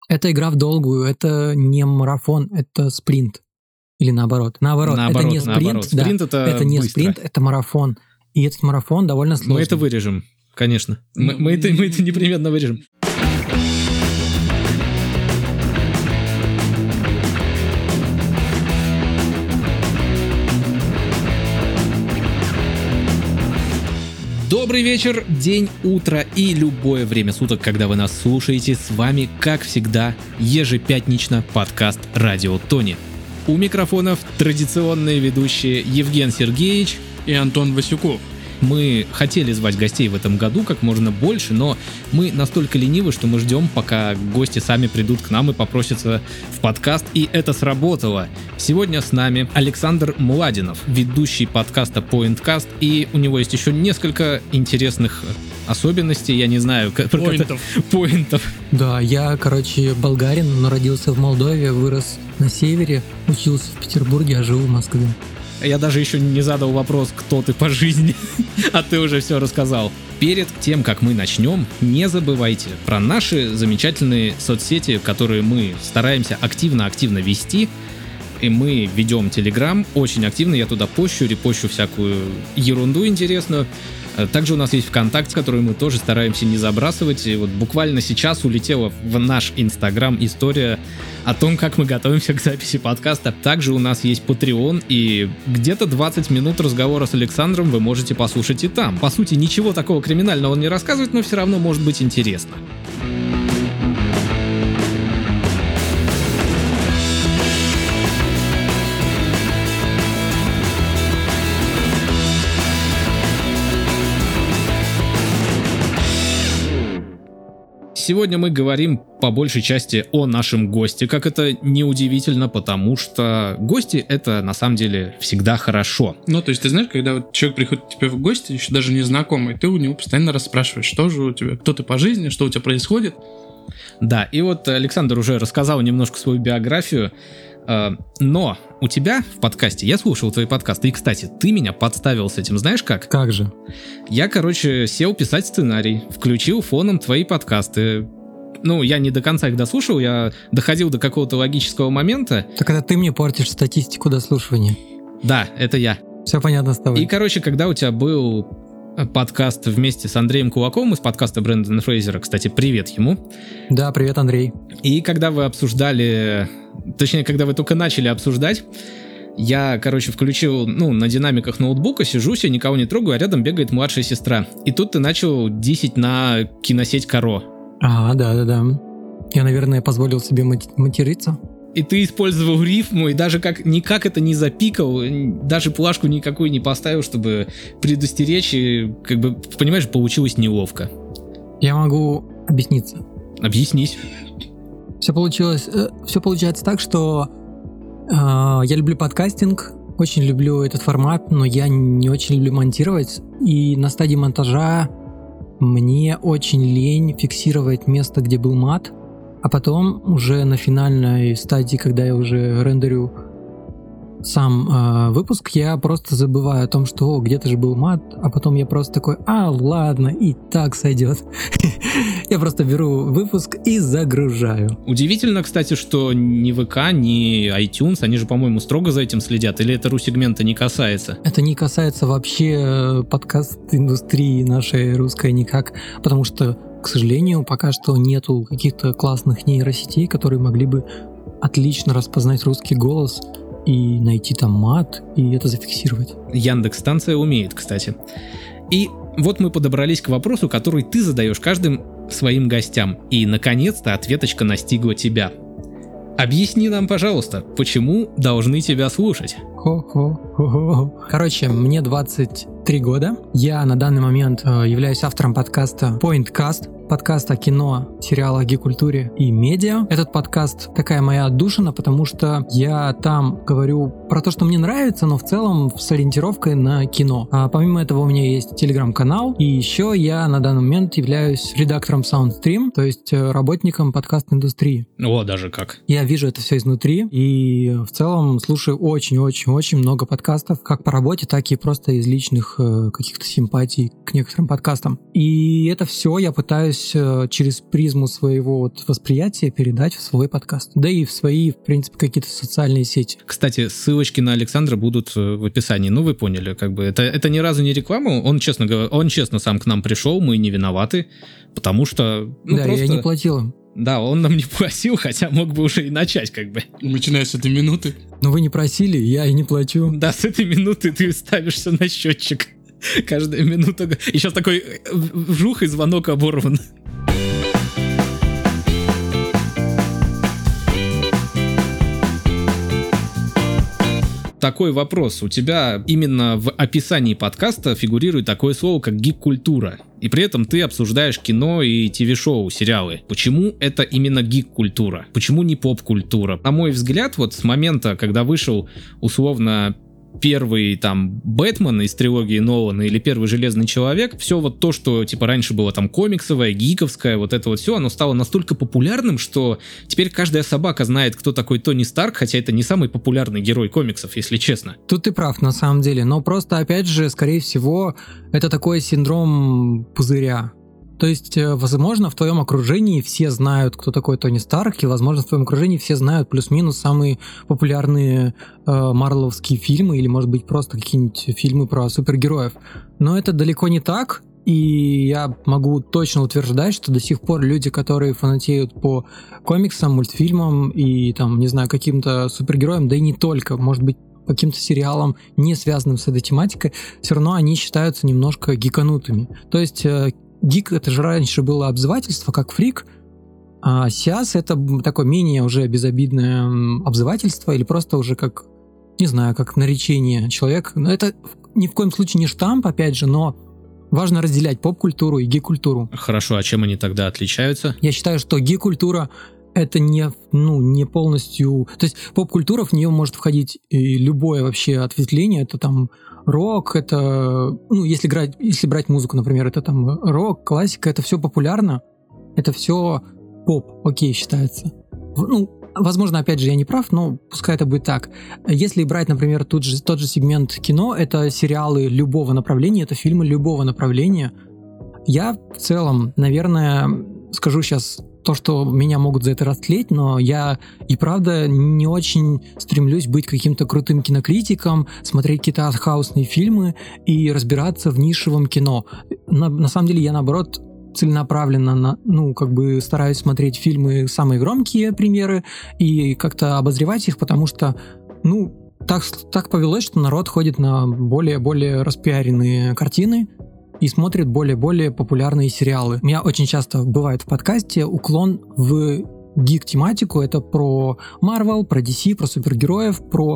Это игра в долгую, это не марафон, это спринт. Или наоборот. Наоборот, это не спринт. Наоборот. Спринт это не быстро. Спринт, это марафон. И этот марафон довольно сложный. Мы это вырежем, конечно. Мы это непременно вырежем. Добрый вечер, день, утро и любое время суток, когда вы нас слушаете. С вами, как всегда, ежепятнично подкаст «Радио Тони». У микрофонов традиционные ведущие Евген Сергеевич и Антон Васюков. Мы хотели звать гостей в этом году как можно больше, но мы настолько ленивы, что мы ждем, пока гости сами придут к нам и попросятся в подкаст, и это сработало. Сегодня с нами Александр Младинов, ведущий подкаста PointCast, и у него есть еще несколько интересных особенностей, я не знаю, поинтов. Да, я, болгарин, но родился в Молдове, вырос на севере, учился в Петербурге, а живу в Москве. Я даже еще не задал вопрос, кто ты по жизни, а ты уже все рассказал. Перед тем, как мы начнем, не забывайте про наши замечательные соцсети, которые мы стараемся активно вести. И мы ведем Telegram очень активно, я туда репощу всякую ерунду интересную. Также у нас есть ВКонтакте, который мы тоже стараемся не забрасывать. И вот буквально сейчас улетела в наш Инстаграм история о том, как мы готовимся к записи подкаста. Также у нас есть Patreon, и где-то 20 минут разговора с Александром вы можете послушать и там. По сути, ничего такого криминального он не рассказывает, но все равно может быть интересно. Сегодня мы говорим по большей части о нашем госте, как это неудивительно, потому что гости — это на самом деле всегда хорошо. Ну, то есть ты знаешь, когда вот человек приходит к тебе в гости, еще даже незнакомый, ты у него постоянно расспрашиваешь, что же у тебя, кто ты по жизни, что у тебя происходит. Да, и вот Александр уже рассказал немножко свою биографию, но у тебя в подкасте, я слушал твои подкасты, и, кстати, ты меня подставил с этим, знаешь как? Как же? Я, сел писать сценарий, включил фоном твои подкасты. Ну, я не до конца их дослушал, я доходил до какого-то логического момента. Так это ты мне портишь статистику дослушивания. Да, это я. Все понятно с тобой. И, когда у тебя был подкаст вместе с Андреем Кулаковым из подкаста Брэндона Фрейзера, кстати, привет ему. Да, привет, Андрей. И когда вы обсуждали, точнее, когда вы только начали обсуждать, я, включил, на динамиках ноутбука, сижу себе, никого не трогаю, а рядом бегает младшая сестра. И тут ты начал дисить на киносеть Каро. Ага, да. Я, наверное, позволил себе материться. И ты использовал рифму, и даже никак это не запикал, даже плашку никакую не поставил, чтобы предостеречь, и, понимаешь, получилось неловко. Я могу объясниться. Объяснись. Все получается так, что я люблю подкастинг, очень люблю этот формат, но я не очень люблю монтировать, и на стадии монтажа мне очень лень фиксировать место, где был мат. А потом уже на финальной стадии, когда я уже рендерю сам выпуск, я просто забываю о том, что где-то же был мат, а потом я просто такой, ладно, и так сойдет. Я просто беру выпуск и загружаю. Удивительно, кстати, что ни ВК, ни iTunes, они же, по-моему, строго за этим следят, или это ру-сегмента не касается? Это не касается вообще подкаст-индустрии нашей русской никак, потому что, к сожалению, пока что нету каких-то классных нейросетей, которые могли бы отлично распознать русский голос и найти там мат, и это зафиксировать. Яндекс-станция умеет, кстати. И вот мы подобрались к вопросу, который ты задаешь каждым своим гостям. И, наконец-то, ответочка настигла тебя. Объясни нам, пожалуйста, почему должны тебя слушать? Короче, мне 23 года. Я на данный момент являюсь автором подкаста PointCast, подкаста о кино, сериалах, гик-культуре и медиа. Этот подкаст такая моя отдушина, потому что я там говорю про то, что мне нравится, но в целом с ориентировкой на кино. А помимо этого у меня есть телеграм-канал, и еще я на данный момент являюсь редактором SoundStream, то есть работником подкаст-индустрии. О, даже как. Я вижу это все изнутри, и в целом слушаю очень-очень-очень много подкастов, как по работе, так и просто из личных каких-то симпатий к некоторым подкастам. И это все я пытаюсь стараюсь через призму своего вот восприятия передать в свой подкаст. Да и в свои, в принципе, какие-то социальные сети. Кстати, ссылочки на Александра будут в описании. Ну, вы поняли, как бы это ни разу не реклама. Он честно сам к нам пришел, мы не виноваты, потому что... Да, просто... я не платил им. Да, он нам не платил, хотя мог бы уже и начать, как бы. Начиная с этой минуты. Но вы не просили, я и не плачу. Да, с этой минуты ты ставишься на счетчик. Каждая минута. И сейчас такой вжух, и звонок оборван. Такой вопрос. У тебя именно в описании подкаста фигурирует такое слово, как гик-культура. И при этом ты обсуждаешь кино и ТВ-шоу, сериалы. Почему это именно гик-культура? Почему не поп-культура? На мой взгляд, вот с момента, когда вышел условно первый там Бэтмен из трилогии Нолана или первый Железный Человек, все вот то, что типа раньше было там комиксовое, гиковское, вот это вот все, оно стало настолько популярным, что теперь каждая собака знает, кто такой Тони Старк, хотя это не самый популярный герой комиксов, если честно. Тут ты прав, на самом деле, но просто, опять же, скорее всего, это такой синдром пузыря. То есть, возможно, в твоем окружении все знают, кто такой Тони Старк, и, возможно, в твоем окружении все знают плюс-минус самые популярные марвеловские фильмы, или, может быть, просто какие-нибудь фильмы про супергероев. Но это далеко не так, и я могу точно утверждать, что до сих пор люди, которые фанатеют по комиксам, мультфильмам и, там, не знаю, каким-то супергероям, да и не только, может быть, по каким-то сериалам, не связанным с этой тематикой, все равно они считаются немножко гиканутыми. То есть... Гик — это же раньше было обзывательство, как фрик, а сейчас это такое менее уже безобидное обзывательство или просто уже как, не знаю, как наречение человека. Но это ни в коем случае не штамп, опять же, но важно разделять поп-культуру и гик-культуру. Хорошо, а чем они тогда отличаются? Я считаю, что гик-культура — это не полностью... То есть поп-культура, в нее может входить и любое вообще ответвление, это там... Рок, это, если брать музыку, например, это там рок, классика, это все популярно, это все поп, окей, считается. Возможно, опять же, я не прав, но пускай это будет так. Если брать, например, тот же сегмент кино, это сериалы любого направления, это фильмы любого направления. Я в целом, наверное, скажу сейчас то, что меня могут за это растлеть, но я и правда не очень стремлюсь быть каким-то крутым кинокритиком, смотреть какие-то артхаусные фильмы и разбираться в нишевом кино. На самом деле я, наоборот, целенаправленно стараюсь смотреть фильмы, самые громкие примеры, и как-то обозревать их, потому что, так повелось, что народ ходит на более распиаренные картины и смотрит более популярные сериалы. У меня очень часто бывает в подкасте уклон в гик-тематику. Это про Marvel, про DC, про супергероев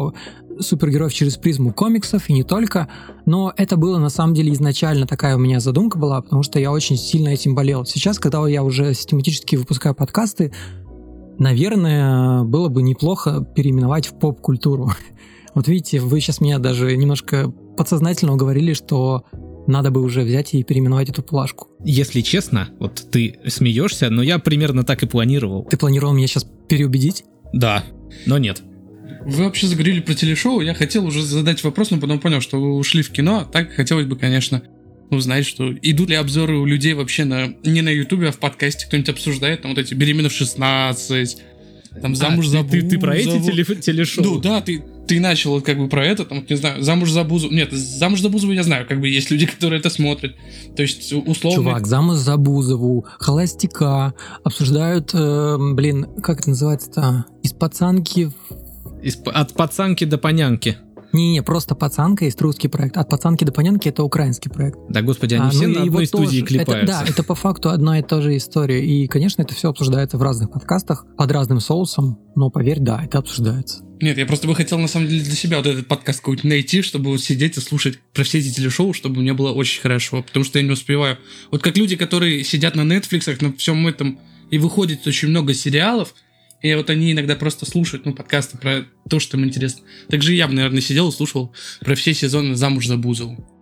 через призму комиксов и не только. Но это было на самом деле изначально такая у меня задумка была, потому что я очень сильно этим болел. Сейчас, когда я уже систематически выпускаю подкасты, наверное, было бы неплохо переименовать в поп-культуру. Вот видите, вы сейчас меня даже немножко подсознательно уговорили, что надо бы уже взять и переименовать эту плашку. Если честно, вот ты смеешься, но я примерно так и планировал. Ты планировал меня сейчас переубедить? Да, но нет. Вы вообще заговорили про телешоу, я хотел уже задать вопрос, но потом понял, что вы ушли в кино. Так хотелось бы, конечно, узнать, что идут ли обзоры у людей вообще не на Ютубе, а в подкасте кто-нибудь обсуждает, там вот эти «Беременна в 16», там «Замуж за Бузову». Ты про эти телешоу? Ну да, ты начал вот как бы про это, там, не знаю, «Замуж за Бузову». Нет, «Замуж за Бузову» я знаю, как бы есть люди, которые это смотрят. То есть, условно... Чувак, «Замуж за Бузову», «Холостяка» обсуждают, как это называется-то? Из пацанки... От пацанки до понянки. Не, просто «Пацанка» есть русский проект. От «Пацанки» до «Понянки» — это украинский проект. Да, господи, они все на одной студии клепаются. Это по факту одна и та же история. И, конечно, это все обсуждается в разных подкастах, под разным соусом, но, поверь, да, это обсуждается. Нет, я просто бы хотел, на самом деле, для себя вот этот подкаст какой-нибудь найти, чтобы вот сидеть и слушать про все эти телешоу, чтобы мне было очень хорошо, потому что я не успеваю. Вот как люди, которые сидят на Netflix, на всем этом, и выходит очень много сериалов, и вот они иногда просто слушают, подкасты про то, что им интересно. Так же я бы, наверное, сидел и слушал про все сезоны «Замуж за Бузову».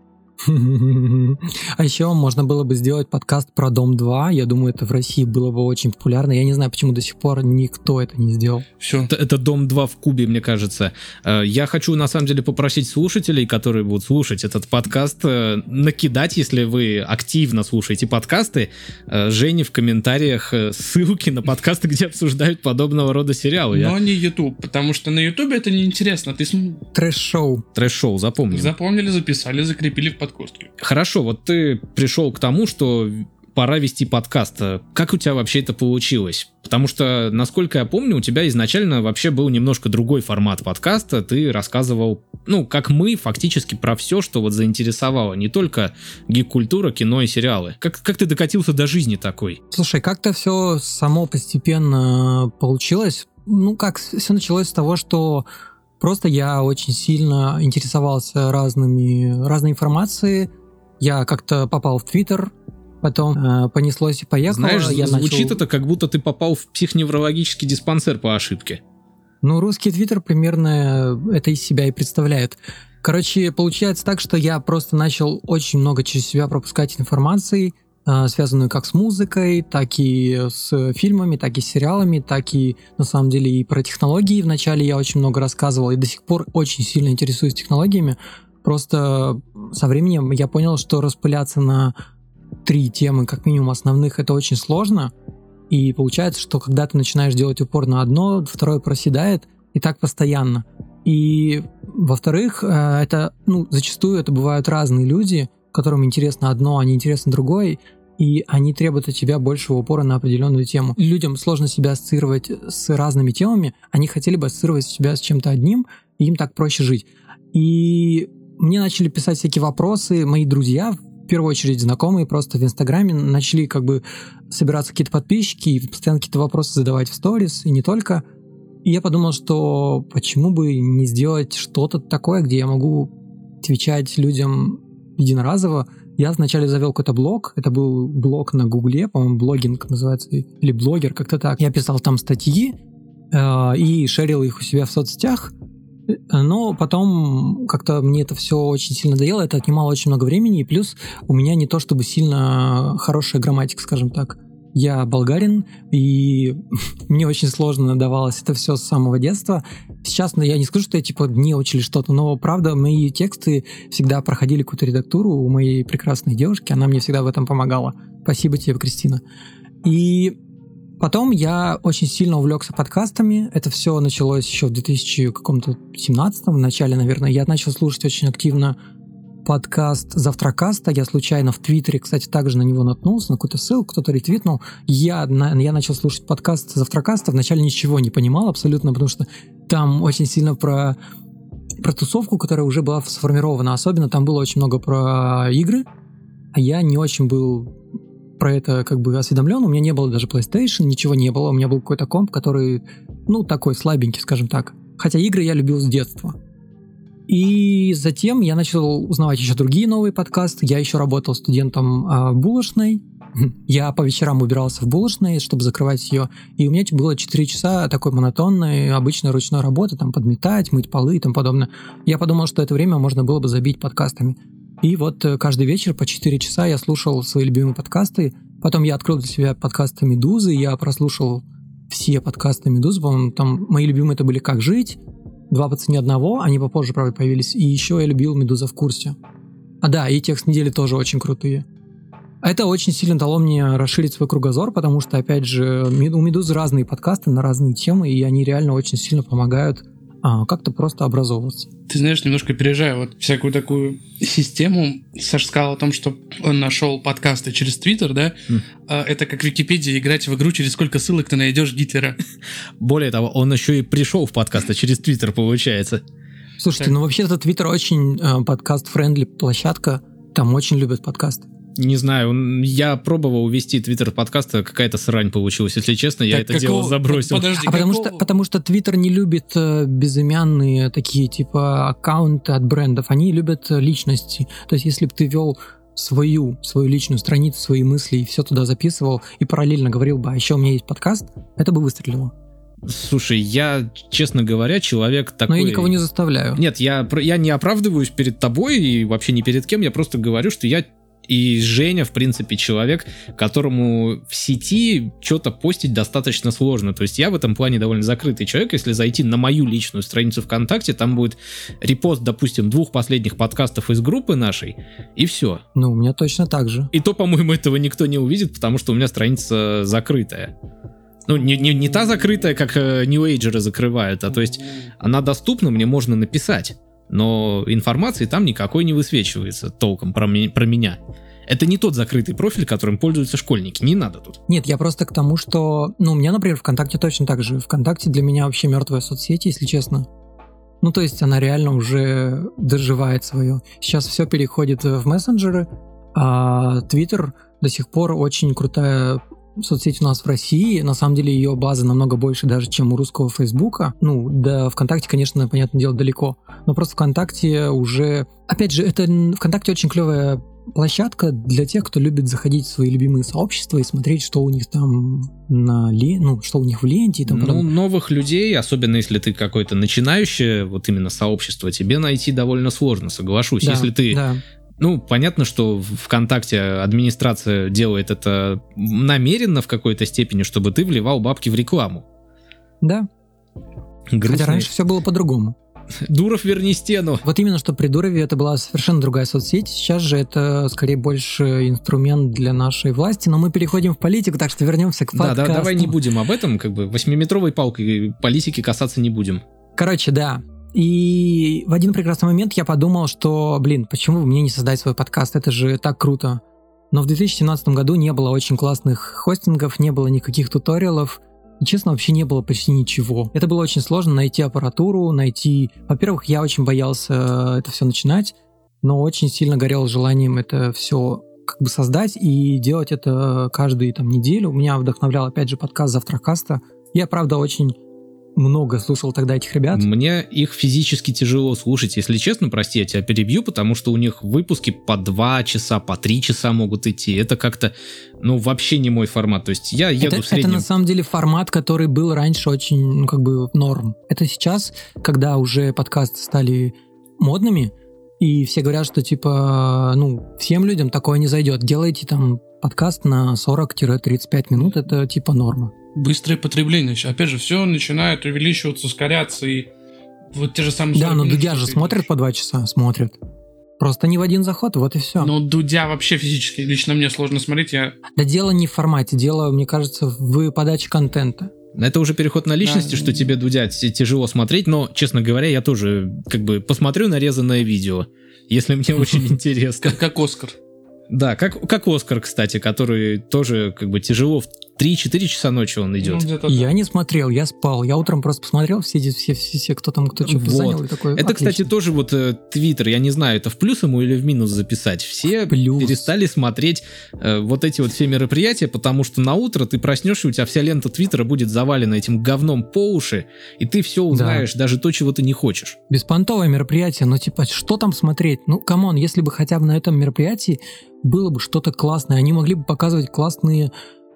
А еще можно было бы сделать подкаст про Дом 2. Я думаю, это в России было бы очень популярно. Я не знаю, почему до сих пор никто это не сделал. Все. Это Дом 2 в Кубе, мне кажется. Я хочу, на самом деле, попросить слушателей, которые будут слушать этот подкаст, накидать, если вы активно слушаете подкасты, Жене в комментариях ссылки на подкасты, где обсуждают подобного рода сериалы. Но не YouTube, потому что на YouTube это неинтересно. Трэш-шоу. Трэш-шоу, запомним. Запомнили, записали, закрепили в подкасте. Хорошо, вот ты пришел к тому, что пора вести подкаст. Как у тебя вообще это получилось? Потому что, насколько я помню, у тебя изначально вообще был немножко другой формат подкаста. Ты рассказывал, как мы, фактически про все, что вот заинтересовало. Не только гик-культура, кино и сериалы. Как ты докатился до жизни такой? Слушай, как-то все само постепенно получилось. Все началось с того, что просто я очень сильно интересовался разной информацией. Я как-то попал в Твиттер, потом понеслось и поехало. Знаешь, звучит это, как будто ты попал в психоневрологический диспансер по ошибке. Русский Твиттер примерно это из себя и представляет. Короче, получается так, что я просто начал очень много через себя пропускать информации, связанную как с музыкой, так и с фильмами, так и с сериалами, так и, на самом деле, и про технологии. Вначале я очень много рассказывал, и до сих пор очень сильно интересуюсь технологиями. Просто со временем я понял, что распыляться на 3 темы, как минимум основных, это очень сложно. И получается, что когда ты начинаешь делать упор на одно, второе проседает, и так постоянно. И, во-вторых, зачастую это бывают разные люди, которым интересно одно, а не интересно другое, и они требуют от тебя большего упора на определенную тему. Людям сложно себя ассоциировать с разными темами, они хотели бы ассоциировать себя с чем-то одним, и им так проще жить. И мне начали писать всякие вопросы, мои друзья, в первую очередь знакомые, просто в Инстаграме начали собираться какие-то подписчики и постоянно какие-то вопросы задавать в сторис, и не только. И я подумал, что почему бы не сделать что-то такое, где я могу отвечать людям единоразово. Я вначале завел какой-то блог, это был блог на Гугле, по-моему, блогинг называется, или блогер, как-то так. Я писал там статьи и шерил их у себя в соцсетях, но потом как-то мне это все очень сильно надоело, это отнимало очень много времени, и плюс у меня не то чтобы сильно хорошая грамматика, скажем так. Я болгарин, и мне очень сложно давалось это все с самого детства. Сейчас я не скажу, что я не учили что-то, но правда, мои тексты всегда проходили какую-то редактуру у моей прекрасной девушки, она мне всегда в этом помогала. Спасибо тебе, Кристина. И потом я очень сильно увлекся подкастами. Это все началось еще в 2017 в начале, наверное. Я начал слушать очень активно подкаст Завтракаста. Я случайно в Твиттере, кстати, также на него наткнулся, на какую-то ссылку, кто-то ретвитнул. Я начал слушать подкаст Завтракаста. Вначале ничего не понимал абсолютно, потому что там очень сильно про тусовку, которая уже была сформирована. Особенно там было очень много про игры, а я не очень был про это осведомлен. У меня не было даже PlayStation, ничего не было. У меня был какой-то комп, который, такой слабенький, скажем так. Хотя игры я любил с детства. И затем я начал узнавать еще другие новые подкасты. Я еще работал студентом в булочной. Я по вечерам убирался в булочной, чтобы закрывать ее. И у меня было 4 часа такой монотонной, обычной ручной работы, там подметать, мыть полы и тому подобное. Я подумал, что это время можно было бы забить подкастами. И вот каждый вечер по 4 часа я слушал свои любимые подкасты. Потом я открыл для себя подкасты «Медузы». Я прослушал все подкасты «Медузы». По-моему, там мои любимые это были «Как жить», «Два по цене одного», они попозже, правда, появились. И еще я любил «Медуза в курсе». И «Текст недели» тоже очень крутые. Это очень сильно дало мне расширить свой кругозор, потому что, опять же, у «Медузы» разные подкасты на разные темы, и они реально очень сильно помогают как-то просто образовываться. Ты знаешь, немножко опережая всякую такую систему. Саша сказал о том, что он нашел подкасты через Твиттер, да? Это как в Википедии играть в игру, через сколько ссылок ты найдешь Гитлера. Более того, он еще и пришел в подкасты через Твиттер, получается. Слушайте, вообще-то Твиттер очень подкаст-френдли площадка, там очень любят подкасты. Не знаю, я пробовал ввести Твиттер подкаста, какая-то срань получилась, если честно, я это дело забросил. Подожди, потому что Твиттер не любит безымянные такие аккаунты от брендов, они любят личности. То есть если бы ты вел свою личную страницу, свои мысли и все туда записывал, и параллельно говорил бы, а еще у меня есть подкаст, это бы выстрелило. Слушай, я, честно говоря, человек такой... Но я никого не заставляю. Нет, я не оправдываюсь перед тобой и вообще ни перед кем, я просто говорю, что я и Женя, в принципе, человек, которому в сети что-то постить достаточно сложно. То есть я в этом плане довольно закрытый человек. Если зайти на мою личную страницу ВКонтакте, там будет репост, допустим, 2 последних подкастов из группы нашей, и все. Ну, у меня точно так же. И то, по-моему, этого никто не увидит, потому что у меня страница закрытая. Ну, не та закрытая, как нью-эйджеры закрывают, а то есть она доступна, мне можно написать. Но информации там никакой не высвечивается толком про меня. Это не тот закрытый профиль, которым пользуются школьники. Не надо тут. Нет, я просто к тому, что... Ну, у меня, например, ВКонтакте точно так же. ВКонтакте для меня вообще мертвая соцсеть, если честно. Ну, то есть она реально уже доживает свое. Сейчас все переходит в мессенджеры, а Твиттер до сих пор очень крутая соцсеть у нас в России. На самом деле ее база намного больше даже, чем у русского Фейсбука. Ну, да, ВКонтакте, конечно, понятное дело, далеко. Но просто ВКонтакте уже... Опять же, ВКонтакте очень клевая площадка для тех, кто любит заходить в свои любимые сообщества и смотреть, что у них там что у них в ленте и тому подобное. Ну, новых людей, особенно если ты какой-то начинающий, вот именно сообщество, тебе найти довольно сложно, соглашусь. Да, если ты... Да. Ну, понятно, что ВКонтакте администрация делает это намеренно в какой-то степени, чтобы ты вливал бабки в рекламу. Да. Грустный. Хотя раньше все было по-другому. Дуров, верни стену. Вот именно, что при Дурове это была совершенно другая соцсеть. Сейчас же это скорее больше инструмент для нашей власти. Но мы переходим в политику, так что вернемся к подкасту. Да, давай не будем об этом, 8-метровой палкой политики касаться не будем. Короче, да. И в один прекрасный момент я подумал, что, почему бы мне не создать свой подкаст? Это же так круто. Но в 2017 году не было очень классных хостингов, не было никаких туториалов. И, честно, вообще не было почти ничего. Это было очень сложно найти аппаратуру, Во-первых, я очень боялся это все начинать, но очень сильно горел желанием это все создать и делать это каждую неделю. Меня вдохновлял, опять же, подкаст Завтракаста. Я, правда, очень много слушал тогда этих ребят. Мне их физически тяжело слушать, если честно, прости, я тебя перебью, потому что у них выпуски по 2 часа, по 3 часа могут идти. Это как-то, вообще не мой формат. То есть я еду в среднем... Это на самом деле формат, который был раньше очень, норм. Это сейчас, когда уже подкасты стали модными, и все говорят, что всем людям такое не зайдет. Делайте подкаст на 40-35 минут, это норма. Быстрое потребление. Опять же, все начинает увеличиваться, ускоряться, и вот те же самые... Да, но Дудя же смотрят по 2 часа, смотрят. Просто не в один заход, вот и все. Но Дудя вообще физически, лично мне сложно смотреть, Да дело не в формате, дело, мне кажется, в подаче контента. Это уже переход на личности, да. Что тебе, Дудя, тяжело смотреть, но, честно говоря, я тоже посмотрю нарезанное видео, если мне очень интересно. Как Оскар. Да, как Оскар, кстати, который тоже тяжело в 3-4 часа ночи он идет. Я не смотрел, я спал. Я утром просто посмотрел все кто что-то занял. И такой, это, отлично. Кстати, тоже Твиттер, я не знаю, это в плюс ему или в минус записать. Все перестали смотреть эти все мероприятия, потому что на утро ты проснешься, у тебя вся лента Твиттера будет завалена этим говном по уши, и ты все узнаешь, даже то, чего ты не хочешь. Беспонтовое мероприятие, что там смотреть? Камон, если бы хотя бы на этом мероприятии было бы что-то классное, они могли бы показывать классные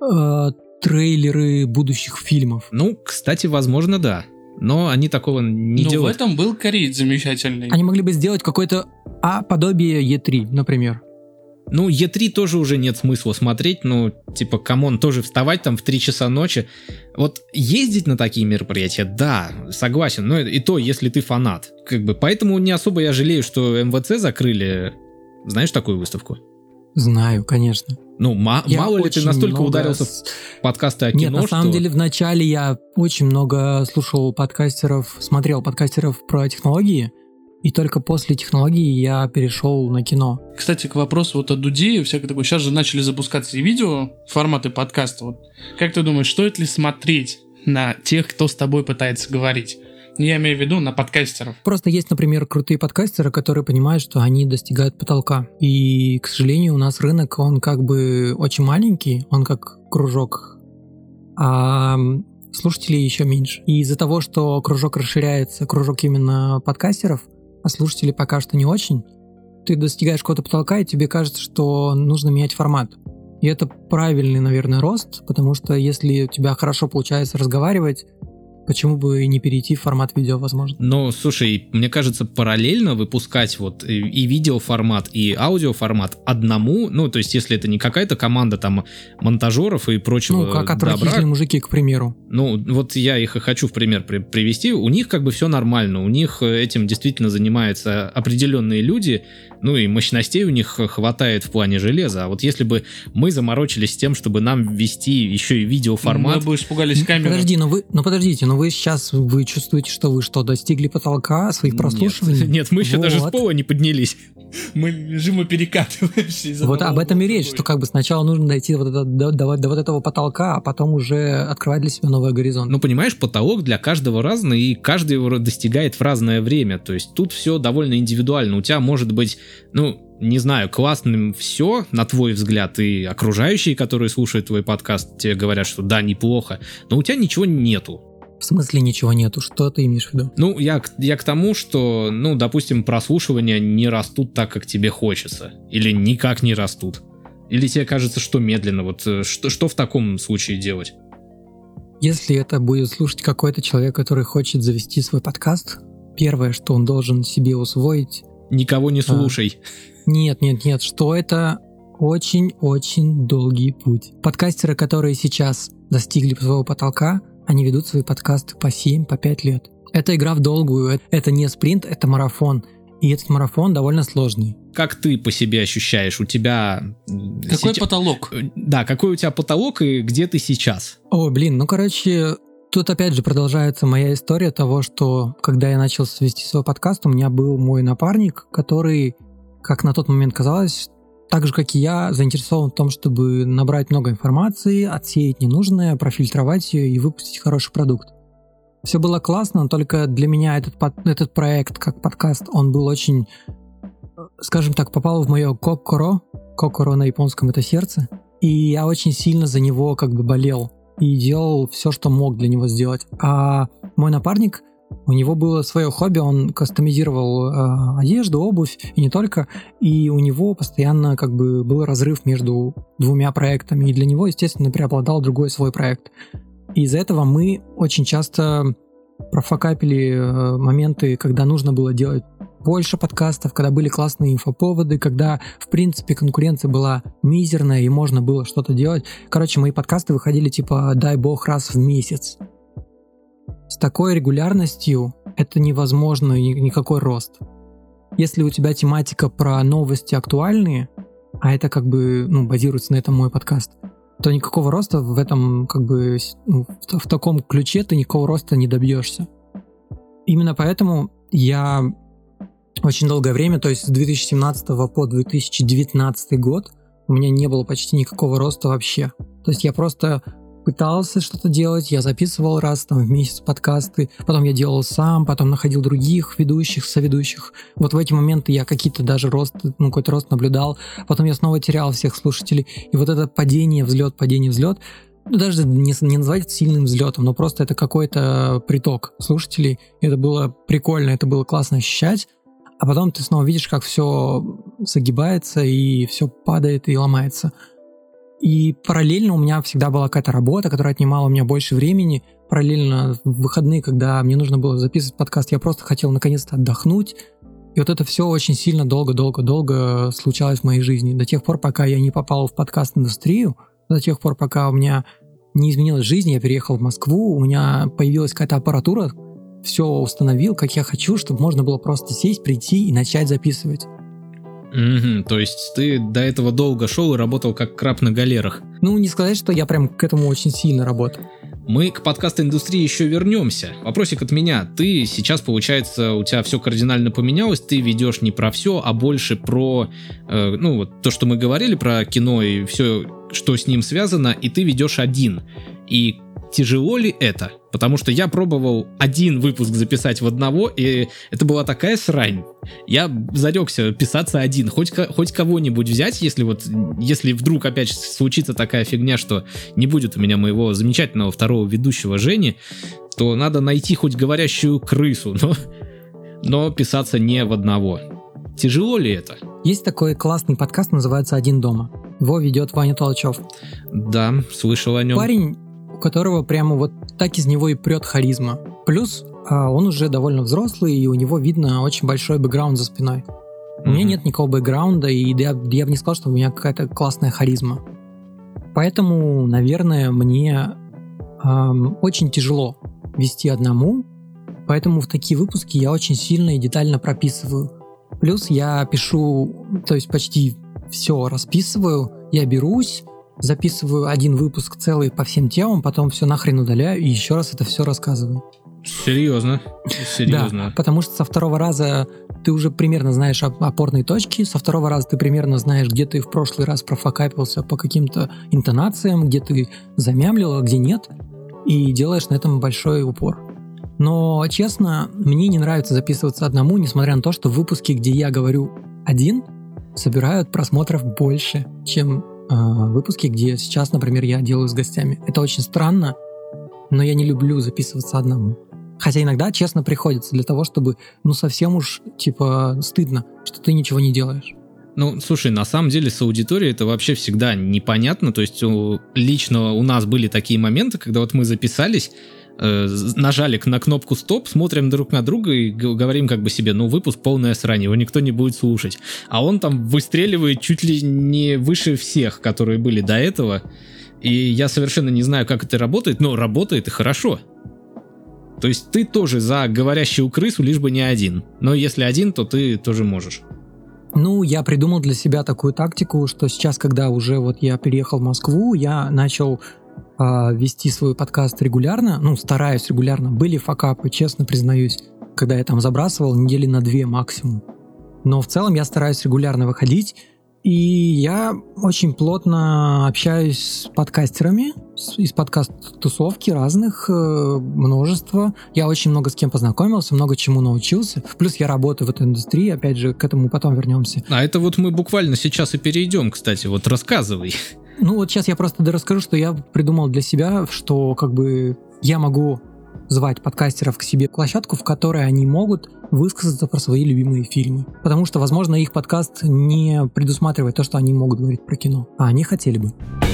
трейлеры будущих фильмов. Кстати, возможно, да. Но они такого не делают. Но в этом был кореец замечательный. Они могли бы сделать какое-то подобие E3, например. E3 тоже уже нет смысла смотреть, камон, тоже вставать в 3 часа ночи. Вот ездить на такие мероприятия, да, согласен, но и то, если ты фанат. Поэтому не особо я жалею, что МВЦ закрыли. Знаешь такую выставку? Знаю, конечно. Мало ли ты настолько ударился в подкасты о кино, Нет, на самом деле, вначале я очень много слушал смотрел подкастеров про технологии, и только после технологий я перешел на кино. Кстати, к вопросу о Дуде и всякое такое. Сейчас же начали запускаться и видео, форматы подкаста. Как ты думаешь, стоит ли смотреть на тех, кто с тобой пытается говорить? Я имею в виду на подкастеров. Просто есть, например, крутые подкастеры, которые понимают, что они достигают потолка. И, к сожалению, у нас рынок, он очень маленький, он как кружок, а слушателей еще меньше. И из-за того, что кружок расширяется, кружок именно подкастеров, а слушателей пока что не очень, ты достигаешь какого-то потолка, и тебе кажется, что нужно менять формат. И это правильный, наверное, рост, потому что если у тебя хорошо получается разговаривать, почему бы и не перейти в формат видео, возможно. Но, слушай, мне кажется, параллельно выпускать вот и видеоформат, и аудиоформат одному, ну, то есть если это не какая-то команда там монтажеров и прочего Ну, как отвратительные добра, мужики, к примеру. ну, вот я их и хочу в пример привести, у них как бы все нормально, у них этим действительно занимаются определенные люди, ну и мощностей у них хватает в плане железа, а вот если бы мы заморочились тем, чтобы нам ввести еще и видеоформат... Мы бы испугались камеры. Подождите, вы сейчас чувствуете, что вы достигли потолка своих прослушиваний? Нет, мы еще даже с пола не поднялись. Мы лежим и перекатываемся. Вот об этом и речь, что как бы сначала нужно дойти до вот этого потолка, а потом уже открывать для себя новый горизонт. Ну, понимаешь, потолок для каждого разный, и каждый его достигает в разное время. То есть тут все довольно индивидуально. У тебя может быть, ну, не знаю, классным все, на твой взгляд, и окружающие, которые слушают твой подкаст, тебе говорят, что да, неплохо, но у тебя ничего нету. В смысле ничего нету? Что ты имеешь в виду? Ну, я к тому, что, ну, допустим, прослушивания не растут так, как тебе хочется. Или никак не растут. Или тебе кажется, что медленно. Вот что в таком случае делать? Если это будет слушать какой-то человек, который хочет завести свой подкаст, первое, что он должен себе усвоить... Никого не слушай. Нет, что это очень-очень долгий путь. Подкастеры, которые сейчас достигли своего потолка, они ведут свои подкасты по 7, по 5 лет. Это игра в долгую, это не спринт, это марафон. И этот марафон довольно сложный. Как ты по себе ощущаешь? У тебя... Какой потолок? Да, какой у тебя потолок и где ты сейчас? Тут опять же продолжается моя история того, что когда я начал вести свой подкаст, у меня был мой напарник, который, как на тот момент казалось, так же, как и я, заинтересован в том, чтобы набрать много информации, отсеять ненужное, профильтровать ее и выпустить хороший продукт. Все было классно, только для меня этот проект, как подкаст, он был очень, скажем так, попал в мое кокоро. Кокоро на японском — это сердце. И я очень сильно за него как бы болел и делал все, что мог для него сделать. А мой напарник, у него было свое хобби, он кастомизировал одежду, обувь, и не только, и у него постоянно как бы был разрыв между двумя проектами, и для него, естественно, преобладал другой свой проект. И из-за этого мы очень часто профокапили моменты, когда нужно было делать больше подкастов, когда были классные инфоповоды, когда, в принципе, конкуренция была мизерная и можно было что-то делать. Короче, мои подкасты выходили типа, дай бог, раз в месяц. С такой регулярностью это невозможно, никакой рост. Если у тебя тематика про новости актуальные, а это как бы, базируется на этом мой подкаст, то никакого роста в этом, как бы, в таком ключе ты никакого роста не добьешься. Именно поэтому я очень долгое время, то есть с 2017 по 2019 год, у меня не было почти никакого роста вообще. То есть я просто пытался что-то делать, я записывал раз в месяц подкасты, потом я делал сам, потом находил других ведущих, соведущих. Вот в эти моменты я какие-то даже какой-то рост наблюдал, потом я снова терял всех слушателей. И вот это падение, взлет, даже не назвать это сильным взлетом, но просто это какой-то приток слушателей. Это было прикольно, это было классно ощущать. А потом ты снова видишь, как все загибается и все падает и ломается. И параллельно у меня всегда была какая-то работа, которая отнимала у меня больше времени. Параллельно в выходные, когда мне нужно было записывать подкаст, я просто хотел наконец-то отдохнуть. И вот это все очень сильно долго случалось в моей жизни. До тех пор, пока я не попал в подкаст-индустрию, до тех пор, пока у меня не изменилась жизнь, я переехал в Москву, у меня появилась какая-то аппаратура, все установил, как я хочу, чтобы можно было просто сесть, прийти и начать записывать. То есть ты до этого долго шел и работал как краб на галерах. Не сказать, что я прям к этому очень сильно работал. Мы к подкаст-индустрии еще вернемся. Вопросик от меня. Ты сейчас, получается, у тебя все кардинально поменялось, ты ведешь не про все, а больше про, вот то, что мы говорили про кино и все, что с ним связано, и ты ведешь один. И тяжело ли это? Потому что я пробовал один выпуск записать в одного, и это была такая срань. Я зарекся писаться один. Хоть кого-нибудь взять, если вдруг опять случится такая фигня, что не будет у меня моего замечательного второго ведущего Жени, то надо найти хоть говорящую крысу, но писаться не в одного. Тяжело ли это? Есть такой классный подкаст, называется «Один дома». Его ведет Ваня Толчев. Да, слышал о нем. Парень у которого прямо вот так из него и прет харизма. Плюс он уже довольно взрослый, и у него видно очень большой бэкграунд за спиной. У меня нет никакого бэкграунда, и я бы не сказал, что у меня какая-то классная харизма. Поэтому, наверное, мне очень тяжело вести одному, поэтому в такие выпуски я очень сильно и детально прописываю. Плюс я пишу, то есть почти все расписываю, я берусь, записываю один выпуск целый по всем темам, потом все нахрен удаляю и еще раз это все рассказываю. Серьезно? Да, потому что со второго раза ты уже примерно знаешь опорные точки, со второго раза ты примерно знаешь, где ты в прошлый раз профокапился по каким-то интонациям, где ты замямлил, а где нет, и делаешь на этом большой упор. Но, честно, мне не нравится записываться одному, несмотря на то, что выпуски, где я говорю один, собирают просмотров больше, чем выпуски, где сейчас, например, я делаю с гостями. Это очень странно, но я не люблю записываться одному. Хотя иногда, честно, приходится для того, чтобы, совсем уж, стыдно, что ты ничего не делаешь. Ну, слушай, на самом деле с аудиторией это вообще всегда непонятно. То есть лично у нас были такие моменты, когда вот мы записались, нажали на кнопку «Стоп», смотрим друг на друга и говорим как бы себе, выпуск полное срань, его никто не будет слушать. А он там выстреливает чуть ли не выше всех, которые были до этого. И я совершенно не знаю, как это работает, но работает и хорошо. То есть ты тоже за говорящую крысу, лишь бы не один. Но если один, то ты тоже можешь. Я придумал для себя такую тактику, что сейчас, когда уже я переехал в Москву, я начал вести свой подкаст регулярно, стараюсь регулярно. Были факапы, честно признаюсь, когда я там забрасывал недели на 2 максимум. Но в целом я стараюсь регулярно выходить, и я очень плотно общаюсь с подкастерами, из подкаст-тусовки разных, множество. Я очень много с кем познакомился, много чему научился. Плюс я работаю в этой индустрии, опять же, к этому потом вернемся. А это мы буквально сейчас и перейдем, кстати, рассказывай. Сейчас я просто расскажу, что я придумал для себя, что я могу звать подкастеров к себе в площадку, в которой они могут высказаться про свои любимые фильмы. Потому что, возможно, их подкаст не предусматривает то, что они могут говорить про кино, а они хотели бы.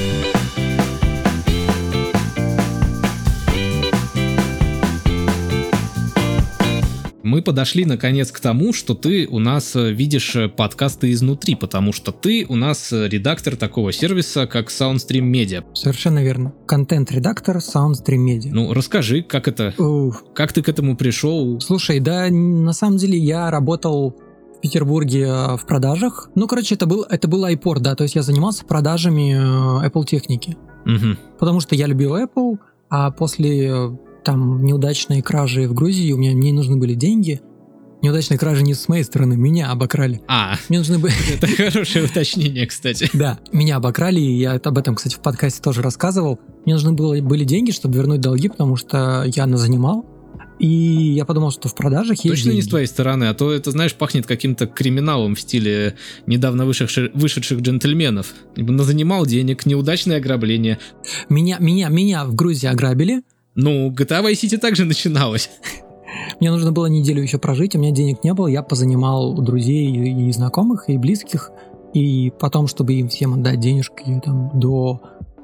Мы подошли наконец к тому, что ты у нас видишь подкасты изнутри, потому что ты у нас редактор такого сервиса, как Soundstream Media. Совершенно верно. Контент-редактор Soundstream Media. Расскажи, как это? Как ты к этому пришел? Слушай, на самом деле я работал в Петербурге в продажах. Это был iPort, да, то есть я занимался продажами Apple техники. Угу. Потому что я любил Apple, а после неудачные кражи в Грузии, мне нужны были деньги. Неудачные кражи не с моей стороны, меня обокрали. Мне нужны были... Это хорошее уточнение, кстати. Да, меня обокрали, и я об этом, кстати, в подкасте тоже рассказывал. Мне нужны были деньги, чтобы вернуть долги, потому что я назанимал. И я подумал, что в продажах есть Точно деньги. Не с твоей стороны, а то это, знаешь, пахнет каким-то криминалом в стиле недавно вышедших джентльменов. Назанимал денег, неудачное ограбление. Меня в Грузии ограбили. GTA Vice City также начиналось. Мне нужно было неделю еще прожить, у меня денег не было, я позанимал у друзей и знакомых, и близких, и потом, чтобы им всем отдать денежки до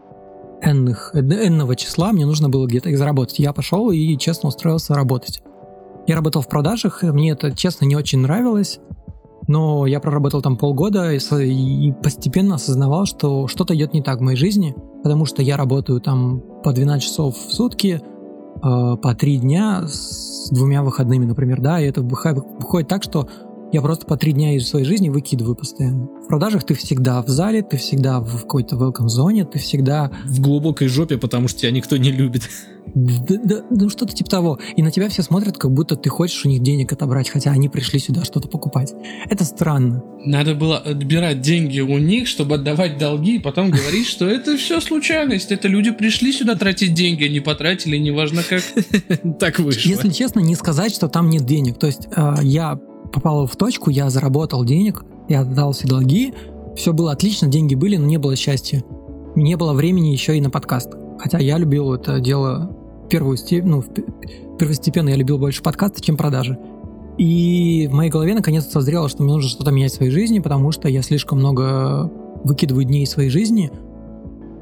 энного числа, мне нужно было где-то их заработать. Я пошел и честно устроился работать. Я работал в продажах, мне это, честно, не очень нравилось, но я проработал там полгода и постепенно осознавал, что что-то идет не так в моей жизни, потому что я работаю там по 12 часов в сутки, по 3 дня с 2 выходными, например, да, и это выходит так, что я просто по 3 дня из своей жизни выкидываю постоянно. В продажах ты всегда в зале, ты всегда в какой-то welcome-зоне, ты всегда... В глубокой жопе, потому что тебя никто не любит. Да, что-то типа того. И на тебя все смотрят, как будто ты хочешь у них денег отобрать, хотя они пришли сюда что-то покупать. Это странно. Надо было отбирать деньги у них, чтобы отдавать долги, и потом говорить, что это все случайность. Это люди пришли сюда тратить деньги, они потратили, неважно как. Так вышло. Если честно, не сказать, что там нет денег. То есть я попал в точку, я заработал денег, я отдал все долги, все было отлично, деньги были, но не было счастья. Не было времени еще и на подкаст. Хотя я любил это дело первостепенно я любил больше подкасты, чем продажи. И в моей голове наконец-то созрело, что мне нужно что-то менять в своей жизни, потому что я слишком много выкидываю дней своей жизни,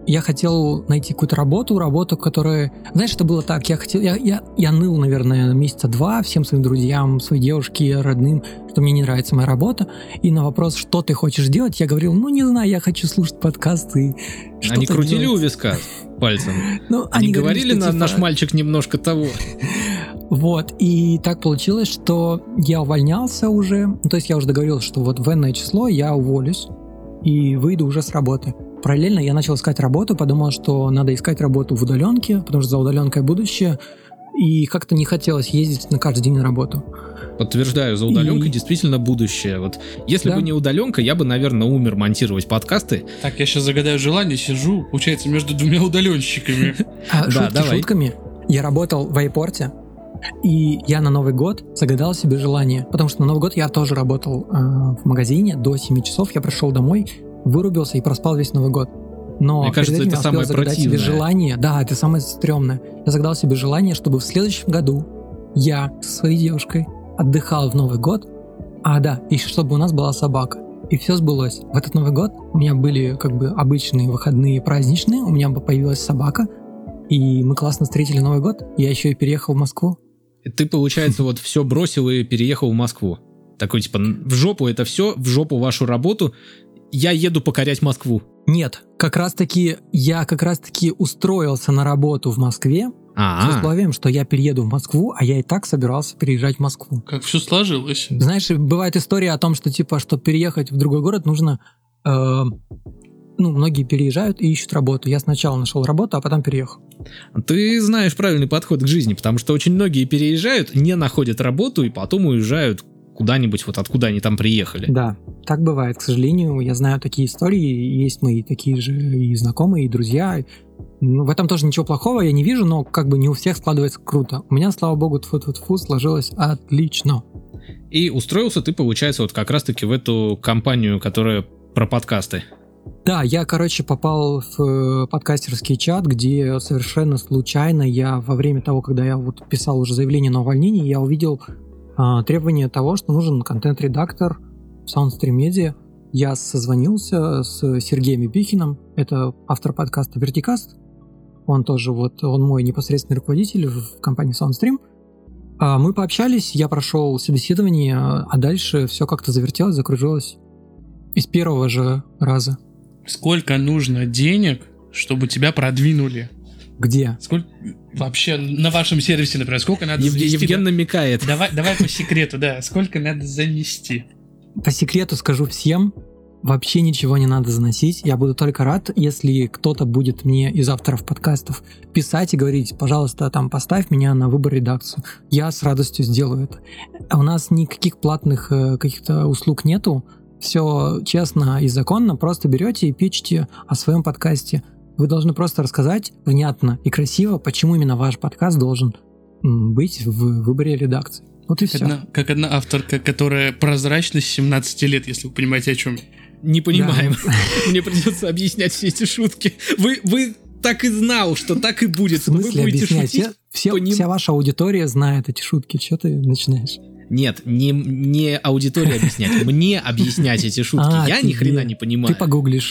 я хотел найти какую-то работу, которая... Знаешь, это было так, я ныл, наверное, месяца 2 всем своим друзьям, своей девушке, родным, что мне не нравится моя работа, и на вопрос, что ты хочешь делать, я говорил, не знаю, я хочу слушать подкасты. Они крутили у виска пальцем? Они говорили, наш мальчик немножко того. Вот, и так получилось, что я увольнялся уже, то есть я уже договорился, что вот в энное число я уволюсь и выйду уже с работы. Параллельно я начал искать работу, подумал, что надо искать работу в удаленке, потому что за удаленкой будущее, и как-то не хотелось ездить на каждый день на работу. Подтверждаю, за удаленкой действительно будущее. Вот если бы не удаленка, я бы, наверное, умер монтировать подкасты. Так, я сейчас загадаю желание, сижу, получается, между двумя удаленщиками. Шутки шутками. Я работал в аэропорте, и я на Новый год загадал себе желание, потому что на Новый год я тоже работал в магазине до 7 часов, я пришел домой, вырубился и проспал весь Новый год. Но мне кажется, это самое противное. Себе желание, да, это самое стрёмное. Я загадал себе желание, чтобы в следующем году я со своей девушкой отдыхал в Новый год, и чтобы у нас была собака. И все сбылось. В этот Новый год у меня были обычные выходные праздничные, у меня появилась собака, и мы классно встретили Новый год. Я еще и переехал в Москву. И ты, получается, вот все бросил и переехал в Москву. Такой, типа, в жопу это все, в жопу вашу работу. Я еду покорять Москву. Нет, я устроился на работу в Москве с условием, что я перееду в Москву, а я и так собирался переезжать в Москву. Как все сложилось. Знаешь, бывает история о том, что чтобы переехать в другой город, нужно... многие переезжают и ищут работу. Я сначала нашел работу, а потом переехал. Ты знаешь правильный подход к жизни, потому что очень многие переезжают, не находят работу и потом уезжают куда-нибудь, вот откуда они там приехали. Да, так бывает, к сожалению. Я знаю такие истории, есть мои такие же и знакомые, и друзья. В этом тоже ничего плохого я не вижу, но не у всех складывается круто. У меня, слава богу, тьфу-тьфу-тьфу, сложилось отлично. И устроился ты, получается, вот как раз-таки в эту компанию, которая про подкасты. Да, я, попал в подкастерский чат, где совершенно случайно я во время того, когда я писал уже заявление на увольнение, я увидел требование того, что нужен контент-редактор в SoundStream Media. Я созвонился с Сергеем Епихиным, это автор подкаста «Вертикаст». Он тоже он мой непосредственный руководитель в компании SoundStream. Мы пообщались, я прошел собеседование, а дальше все как-то завертелось, закружилось из первого же раза. Сколько нужно денег, чтобы тебя продвинули? Где? Сколько вообще на вашем сервисе, например, сколько надо занести? Евген намекает. Давай по секрету, да. Сколько надо занести? По секрету скажу всем, вообще ничего не надо заносить. Я буду только рад, если кто-то будет мне из авторов подкастов писать и говорить, пожалуйста, поставь меня на выбор редакцию. Я с радостью сделаю это. У нас никаких платных каких-то услуг нету. Все честно и законно, просто берете и пичете о своем подкасте. Вы должны просто рассказать внятно и красиво, почему именно ваш подкаст должен быть в выборе редакции. Вот и все. Как одна авторка, которая прозрачна с 17 лет, если вы понимаете, о чем я. Не понимаем. Да. Мне придется объяснять все эти шутки. Вы так и знал, что так и будет. В смысле вы будете объяснять? Вся ваша аудитория знает эти шутки. Что ты начинаешь? Нет, не аудитории объяснять, мне объяснять эти шутки. Я ни хрена не понимаю. Ты погуглишь.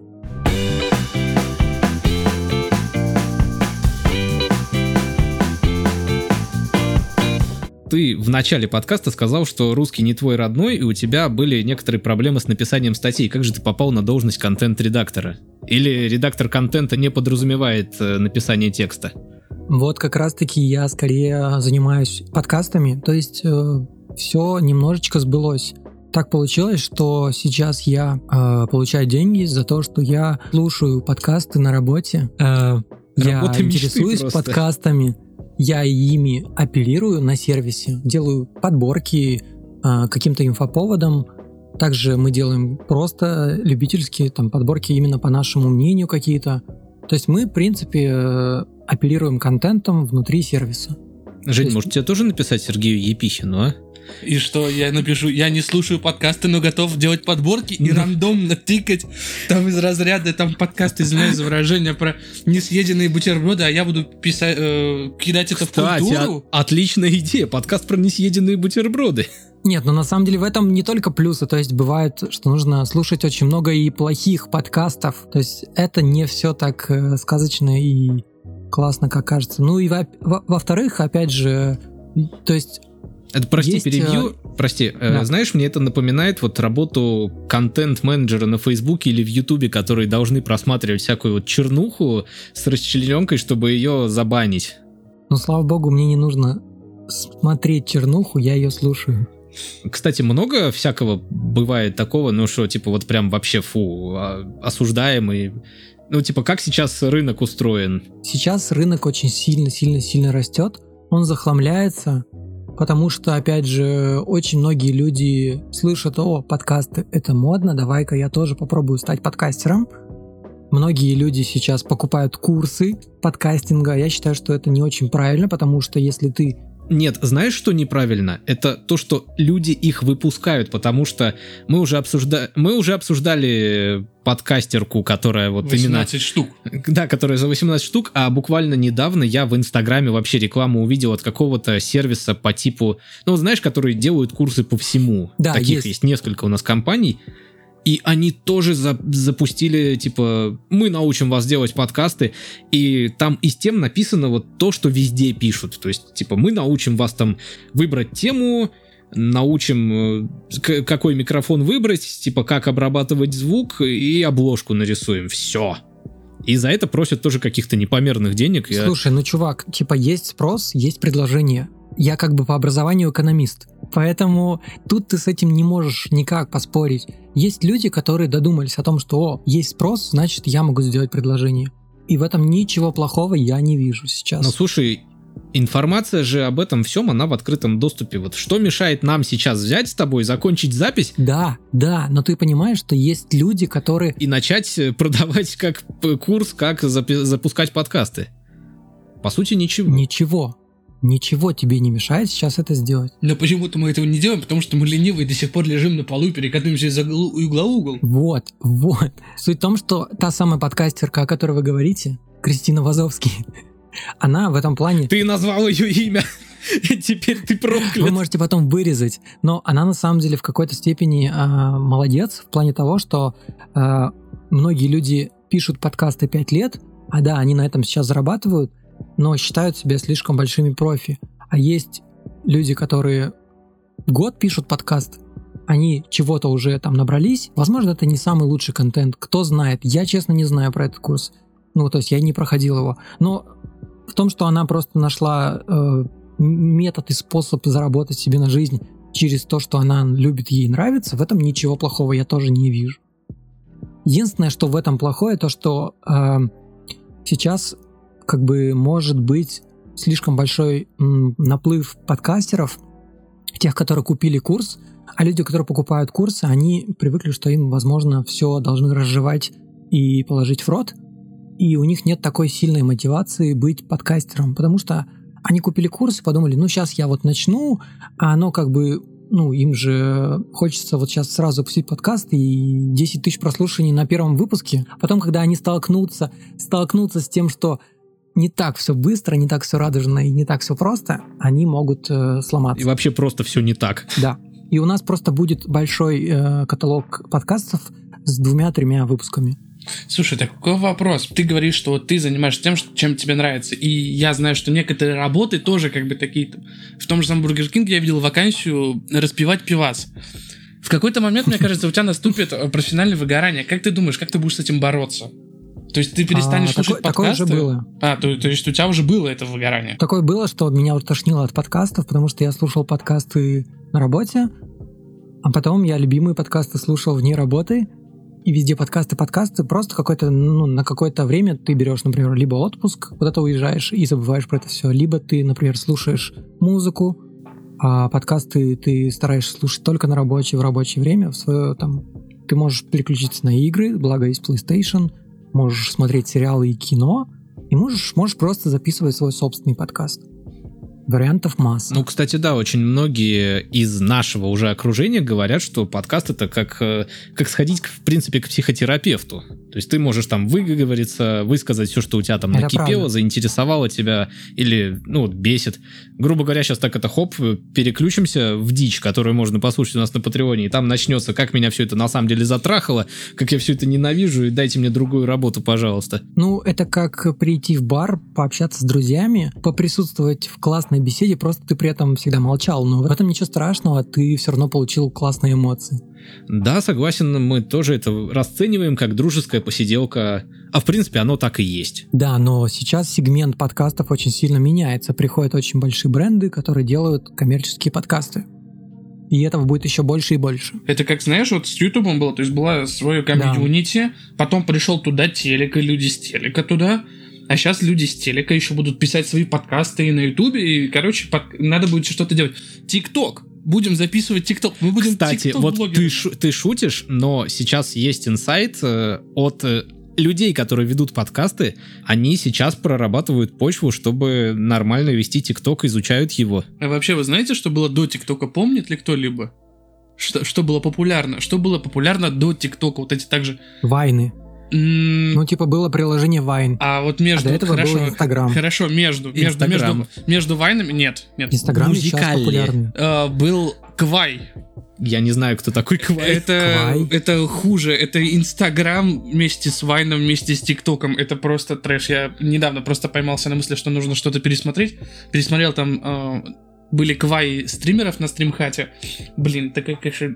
Ты в начале подкаста сказал, что русский не твой родной, и у тебя были некоторые проблемы с написанием статей. Как же ты попал на должность контент-редактора? Или редактор контента не подразумевает написание текста? Вот как раз-таки я скорее занимаюсь подкастами, то есть все немножечко сбылось. Так получилось, что сейчас я получаю деньги за то, что я слушаю подкасты на работе. Я интересуюсь подкастами, я ими апеллирую на сервисе, делаю подборки каким-то инфоповодам. Также мы делаем просто любительские подборки именно по нашему мнению какие-то. То есть мы, в принципе, апеллируем контентом внутри сервиса. Жень, может тебе тоже написать Сергею Епихину, а? И что, я напишу, я не слушаю подкасты, но готов делать подборки и рандомно тыкать там из разряда подкасты, извиняюсь за выражение, про несъеденные бутерброды, а я буду писать, кидать это в культуру. Отличная идея, подкаст про несъеденные бутерброды. Нет, но на самом деле в этом не только плюсы, то есть бывает, что нужно слушать очень много и плохих подкастов, то есть это не все так сказочно и классно, как кажется. Ну и во-вторых, опять же, то есть... Это, прости, есть, перебью. Прости, да. Знаешь, мне это напоминает вот работу контент-менеджера на Фейсбуке или в Ютубе, которые должны просматривать всякую вот чернуху с расчлененкой, чтобы ее забанить. Ну, слава богу, мне не нужно смотреть чернуху, я ее слушаю. Кстати, много всякого бывает такого, ну что, типа вот прям вообще осуждаемый. Ну, типа, как сейчас рынок устроен? Сейчас рынок очень сильно растет, он захламляется, потому что, опять же, очень многие люди слышат: о, подкасты — это модно, давай-ка я тоже попробую стать подкастером. Многие люди сейчас покупают курсы подкастинга. Я считаю, что это не очень правильно, потому что если ты... Нет, знаешь, что неправильно? Это то, что люди их выпускают, потому что мы уже обсуждали подкастерку, которая вот 18 именно... штук. Да, которая за 18 штук, а буквально недавно я в Инстаграме вообще рекламу увидел от какого-то сервиса по типу... Ну, знаешь, которые делают курсы по всему. Да, таких есть несколько у нас компаний. И они тоже запустили, типа, мы научим вас делать подкасты, и там из тем написано вот то, что везде пишут. То есть, типа, мы научим вас там выбрать тему, научим, какой микрофон выбрать, типа, как обрабатывать звук, и обложку нарисуем. Все. И за это просят тоже каких-то непомерных денег. Слушай, ну, чувак, типа, есть спрос, есть предложение. Я как бы по образованию экономист, поэтому тут ты с этим не можешь никак поспорить. Есть люди, которые додумались о том, что о, есть спрос, значит, я могу сделать предложение. И в этом ничего плохого я не вижу сейчас. Ну, слушай, информация же об этом всем, она в открытом доступе. Вот что мешает нам сейчас взять с тобой, закончить запись? Да, но ты понимаешь, что есть люди, которые... И начать продавать как курс, как запускать подкасты. По сути, ничего. Ничего тебе не мешает сейчас это сделать. Но почему-то мы этого не делаем, потому что мы ленивые, до сих пор лежим на полу и перекатываемся из угла в угол. Вот. Суть в том, что та самая подкастерка, о которой вы говорите, Кристина Вазовский, она в этом плане... Ты назвал ее имя, теперь ты проклят. Вы можете потом вырезать, но она на самом деле в какой-то степени молодец в плане того, что многие люди пишут подкасты 5 лет, а да, они на этом сейчас зарабатывают, но считают себя слишком большими профи. А есть люди, которые год пишут подкаст, они чего-то уже там набрались. Возможно, это не самый лучший контент, кто знает. Я, честно, не знаю про этот курс. Ну, то есть я не проходил его. Но в том, что она просто нашла метод и способ заработать себе на жизнь через то, что она любит, ей нравится, в этом ничего плохого я тоже не вижу. Единственное, что в этом плохое, то, что сейчас как бы может быть слишком большой наплыв подкастеров, тех, которые купили курс, а люди, которые покупают курсы, они привыкли, что им, возможно, все должны разжевать и положить в рот, и у них нет такой сильной мотивации быть подкастером, потому что они купили курс и подумали, ну, сейчас я вот начну, а оно как бы, ну, им же хочется вот сейчас сразу запустить подкаст и 10 тысяч прослушаний на первом выпуске. Потом, когда они столкнутся с тем, что не так все быстро, не так все радужно и не так все просто, они могут сломаться. И вообще просто все не так. Да. И у нас просто будет большой каталог подкастов с 2-3 выпусками. Слушай, такой вопрос. Ты говоришь, что ты занимаешься тем, чем тебе нравится. И я знаю, что некоторые работы тоже как бы такие. В том же самом Burger King я видел вакансию распивать пивас. В какой-то момент, мне кажется, у тебя наступит профессиональное выгорание. Как ты думаешь, как ты будешь с этим бороться? То есть ты перестанешь слушать подкасты? Такое уже было. То есть у тебя уже было это выгорание? Такое было, что меня вот тошнило от подкастов, потому что я слушал подкасты на работе, а потом я любимые подкасты слушал вне работы, и везде подкасты, просто какой-то, на какое-то время ты берешь, например, либо отпуск, куда-то уезжаешь и забываешь про это все, либо ты, например, слушаешь музыку, а подкасты ты стараешься слушать только на рабочее, в рабочее время, в свое там... Ты можешь переключиться на игры, благо есть PlayStation, можешь смотреть сериалы и кино, и можешь просто записывать свой собственный подкаст. Вариантов масса. Ну, кстати, да, очень многие из нашего уже окружения говорят, что подкаст — это как сходить, в принципе, к психотерапевту. То есть ты можешь там выговориться, высказать все, что у тебя там Это накипело, правда. заинтересовало тебя или, ну, вот бесит. Грубо говоря, сейчас так это хоп, переключимся в дичь, которую можно послушать у нас на Патреоне, и там начнется, как меня все это на самом деле затрахало, как я все это ненавижу, и дайте мне другую работу, пожалуйста. Ну, это как прийти в бар, пообщаться с друзьями, поприсутствовать в классной беседе, просто ты при этом всегда молчал, но в этом ничего страшного, ты все равно получил классные эмоции. Да, согласен, мы тоже это расцениваем как дружеская посиделка, а в принципе оно так и есть. Да, но сейчас сегмент подкастов очень сильно меняется. Приходят очень большие бренды, которые делают коммерческие подкасты. И этого будет еще больше и больше. Это как, знаешь, вот с Ютубом было, то есть была свое комьюнити, потом пришел туда телек, и люди с телека туда, а сейчас люди с телека еще будут писать свои подкасты и на Ютубе, и, короче, надо будет что-то делать. ТикТок. Будем записывать ТикТок. Мы будем Кстати, вот ты шутишь, но сейчас есть инсайт от людей, которые ведут подкасты, они сейчас прорабатывают почву, чтобы нормально вести ТикТок, изучают его. А вообще, вы знаете, что было до ТикТока? Помнит ли кто-либо? Что было популярно? Что было популярно до ТикТока? Вот эти также... Вайны. Ну, типа, было приложение Вайн. А вот между... до этого был Инстаграм. Хорошо, между Вайнами... Нет. Инстаграм сейчас популярный. Был Квай. Я не знаю, кто такой Квай. Это хуже. Это Инстаграм вместе с Вайном, вместе с ТикТоком. Это просто трэш. Я недавно просто поймался на мысли, что нужно что-то пересмотреть. Пересмотрел там... были Квай стримеров на стримхате. Блин, такая, конечно...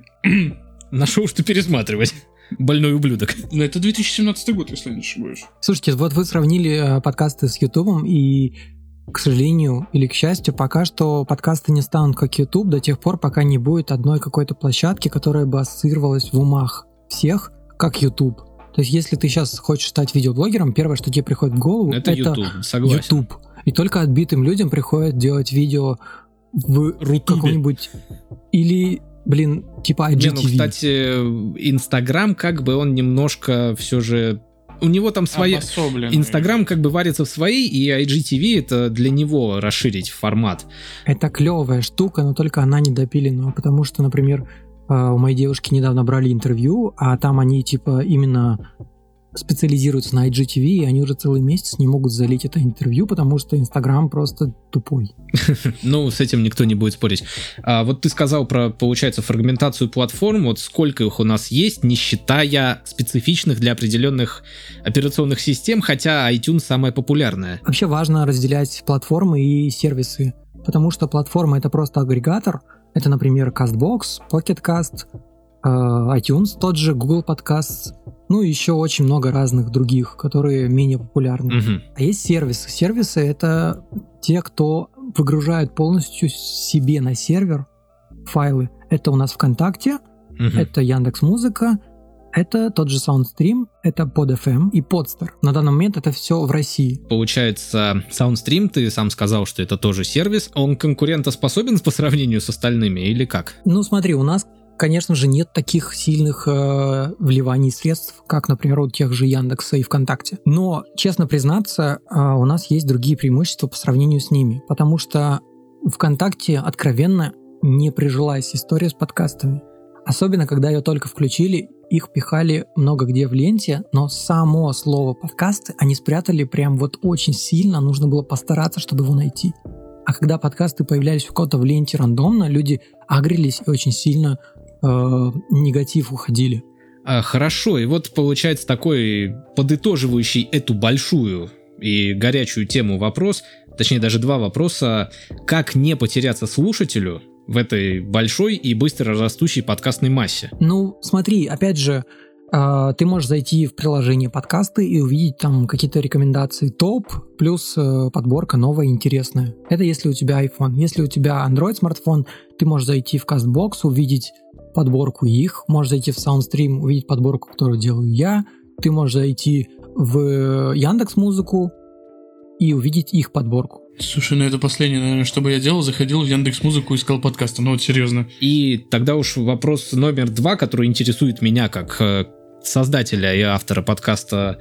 Нашел, что пересматривать. Больной ублюдок. Ну, это 2017 год, если не ошибаюсь. Слушайте, вот вы сравнили подкасты с Ютубом, и, к сожалению или к счастью, пока что подкасты не станут как Ютуб до тех пор, пока не будет одной какой-то площадки, которая бы ассоциировалась в умах всех, как Ютуб. То есть, если ты сейчас хочешь стать видеоблогером, первое, что тебе приходит в голову, это YouTube, согласен. YouTube. И только отбитым людям приходит делать видео в каком-нибудь... Или... типа IGTV. Ну, кстати, Инстаграм, как бы он немножко все же... У него там своя... Инстаграм как бы варится в своей, и IGTV это для него расширить формат. Это клевая штука, но только она недопилена, потому что, например, у моей девушки недавно брали интервью, а там они типа именно специализируются на IGTV, и они уже целый месяц не могут залить это интервью, потому что Инстаграм просто тупой. Ну, с этим никто не будет спорить. Вот ты сказал про, получается, фрагментацию платформ. Вот сколько их у нас есть, не считая специфичных для определенных операционных систем, хотя iTunes самая популярная. Вообще важно разделять платформы и сервисы, потому что платформа — это просто агрегатор. Это, например, CastBox, Pocket Cast, iTunes, тот же Google Podcasts, ну и еще очень много разных других, которые менее популярны. Угу. А есть сервисы. Сервисы — это те, кто выгружает полностью себе на сервер файлы. Это у нас ВКонтакте, это Яндекс.Музыка, это тот же SoundStream, это PodFM и Podster. На данный момент это все в России. Получается, SoundStream, ты сам сказал, что это тоже сервис. Он конкурентоспособен по сравнению с остальными или как? Ну смотри, у нас, конечно же, нет таких сильных вливаний средств, как, например, у тех же Яндекса и ВКонтакте. Но, честно признаться, у нас есть другие преимущества по сравнению с ними, потому что ВКонтакте откровенно не прижилась история с подкастами. Особенно, когда ее только включили, их пихали много где в ленте, но само слово «подкасты» они спрятали прям вот очень сильно, нужно было постараться, чтобы его найти. А когда подкасты появлялись у кого-то в ленте рандомно, люди агрились и очень сильно негатив уходили. Хорошо, и вот получается такой подытоживающий эту большую и горячую тему вопрос, точнее даже два вопроса: как не потеряться слушателю в этой большой и быстро растущей подкастной массе? Ну, смотри, опять же, ты можешь зайти в приложение подкасты и увидеть там какие-то рекомендации топ, плюс подборка новая, интересная. Это если у тебя iPhone. Если у тебя Android смартфон, ты можешь зайти в CastBox, увидеть подборку их, можешь зайти в SoundStream, увидеть подборку, которую делаю я, ты можешь зайти в Яндекс.Музыку и увидеть их подборку. Слушай, ну это последнее, наверное, что бы я делал, заходил в Яндекс.Музыку и искал подкасты, ну вот серьезно. И тогда уж вопрос номер 2, который интересует меня как создателя и автора подкаста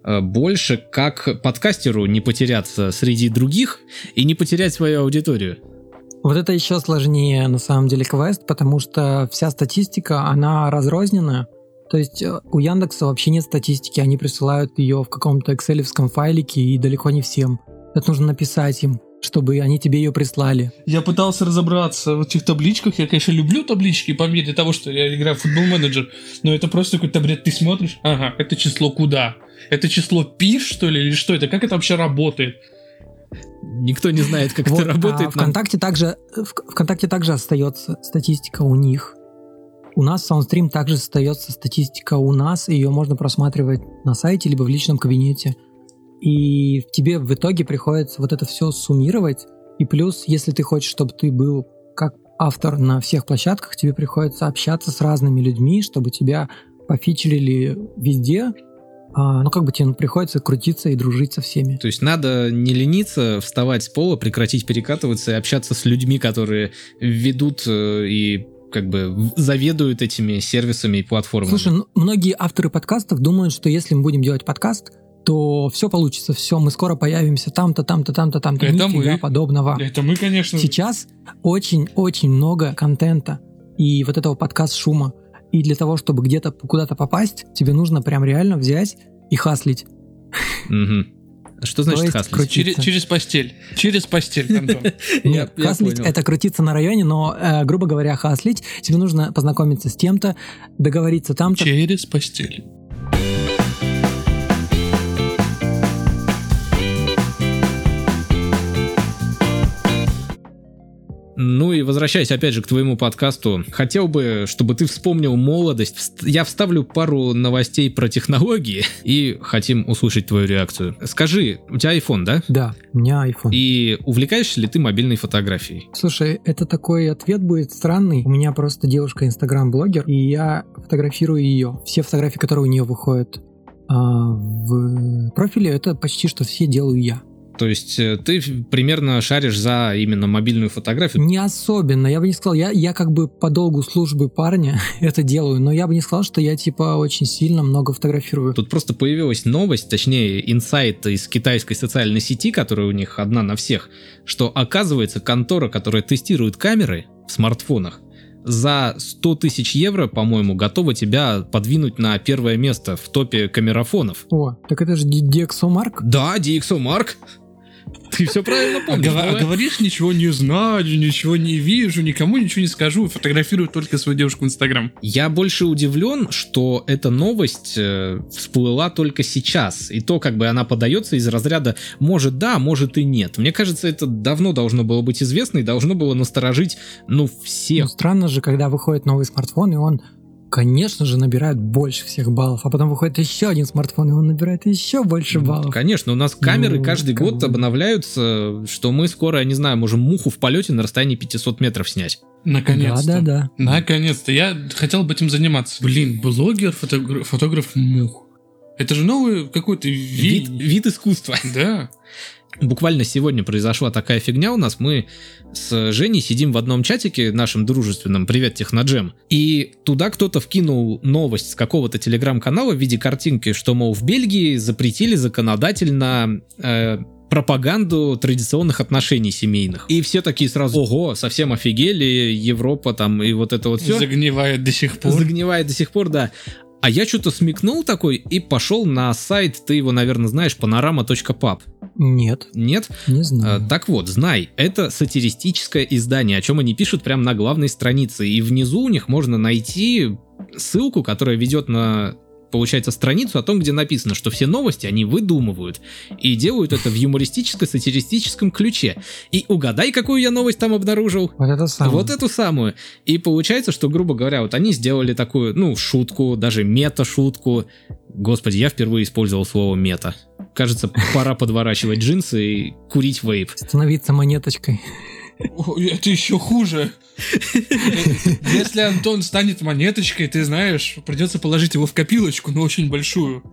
больше как подкастеру не потеряться среди других и не потерять свою аудиторию? Вот это еще сложнее, на самом деле, квест, потому что вся статистика, она разрозненная. То есть у Яндекса вообще нет статистики, они присылают ее в каком-то экселевском файлике, и далеко не всем. Это нужно написать им, чтобы они тебе ее прислали. Я пытался разобраться в этих табличках. Я, конечно, люблю таблички по мере того, что я играю в Football Manager, но это просто какой-то бред. Ты смотришь, ага, это число куда? Это число пи, что ли, или что это? Как это вообще работает? Никто не знает, как это работает. ВКонтакте также остается статистика у них. У нас в SoundStream также остается статистика у нас, ее можно просматривать на сайте либо в личном кабинете. И тебе в итоге приходится вот это все суммировать. И плюс, если ты хочешь, чтобы ты был как автор на всех площадках, тебе приходится общаться с разными людьми, чтобы тебя пофичерили везде. Тебе приходится крутиться и дружить со всеми. То есть надо не лениться, вставать с пола, прекратить перекатываться и общаться с людьми, которые ведут и заведуют этими сервисами и платформами. Слушай, многие авторы подкастов думают, что если мы будем делать подкаст, то все получится, все, мы скоро появимся там-то, там-то, там-то, там-то. Это нифига мы. Подобного. Это мы, конечно. Сейчас очень-очень много контента и вот этого подкаст-шума. И для того, чтобы где-то куда-то попасть, тебе нужно прям реально взять и хаслить. Что значит хаслить? Через постель. Через постель, Антон. Нет, хаслить — это крутиться на районе, но, грубо говоря, хаслить, тебе нужно познакомиться с тем-то, договориться там-то. Через постель. Ну и возвращаясь опять же к твоему подкасту, хотел бы, чтобы ты вспомнил молодость. Я вставлю пару новостей про технологии и хотим услышать твою реакцию. Скажи, у тебя iPhone, да? Да, у меня iPhone. И увлекаешься ли ты мобильной фотографией? Слушай, это такой ответ будет странный. У меня просто девушка инстаграм-блогер, и я фотографирую ее. Все фотографии, которые у нее выходят в профиле, это почти что все делаю я. То есть ты примерно шаришь за именно мобильную фотографию? Не особенно, я бы не сказал, я по долгу службы парня это делаю, но я бы не сказал, что я очень сильно много фотографирую. Тут просто появилась новость, точнее инсайт из китайской социальной сети, которая у них одна на всех, что оказывается контора, которая тестирует камеры в смартфонах, за 100 тысяч евро, по-моему, готова тебя подвинуть на первое место в топе камерафонов. О, так это же DxOMark? Да, DxOMark. Ты все правильно помнишь. Говоришь, ничего не знаю, ничего не вижу, никому ничего не скажу, фотографирую только свою девушку в Инстаграм. Я больше удивлен, что эта новость всплыла только сейчас. И то, она подается из разряда может да, может и нет. Мне кажется, это давно должно было быть известно и должно было насторожить, всех. Странно же, когда выходит новый смартфон, и он, конечно же, набирает больше всех баллов, а потом выходит еще один смартфон, и он набирает еще больше баллов. Конечно, у нас камеры каждый год обновляются, что мы скоро, я не знаю, можем муху в полете на расстоянии 500 метров снять. Наконец-то. Да. Наконец-то. Я хотел бы этим заниматься. Блин, блогер, фотограф мух. Это же новый какой-то вид искусства. Да. Буквально сегодня произошла такая фигня у нас. Мы с Женей сидим в одном чатике нашем дружественном «Привет, Техноджем». И туда кто-то вкинул новость с какого-то телеграм-канала в виде картинки, что, мол, в Бельгии запретили законодательно пропаганду традиционных отношений семейных. И все такие сразу: ого, совсем офигели, Европа там и вот это вот все. Загнивает до сих пор. Загнивает до сих пор, да. А я что-то смекнул такой и пошел на сайт, ты его, наверное, знаешь, panorama.pub. Нет. Нет? Не знаю. Так вот, знай, это сатиристическое издание, о чем они пишут прямо на главной странице. И внизу у них можно найти ссылку, которая ведет на, получается, страницу о том, где написано, что все новости они выдумывают. И делают это в юмористическо-сатиристическом ключе. И угадай, какую я новость там обнаружил? Вот эту самую. И получается, что, грубо говоря, вот они сделали такую, шутку, даже мета-шутку. Господи, я впервые использовал слово мета. Кажется, пора подворачивать джинсы и курить вейп. Становиться монеточкой. Это еще хуже. Если Антон станет монеточкой, ты знаешь, придется положить его в копилочку, но очень большую.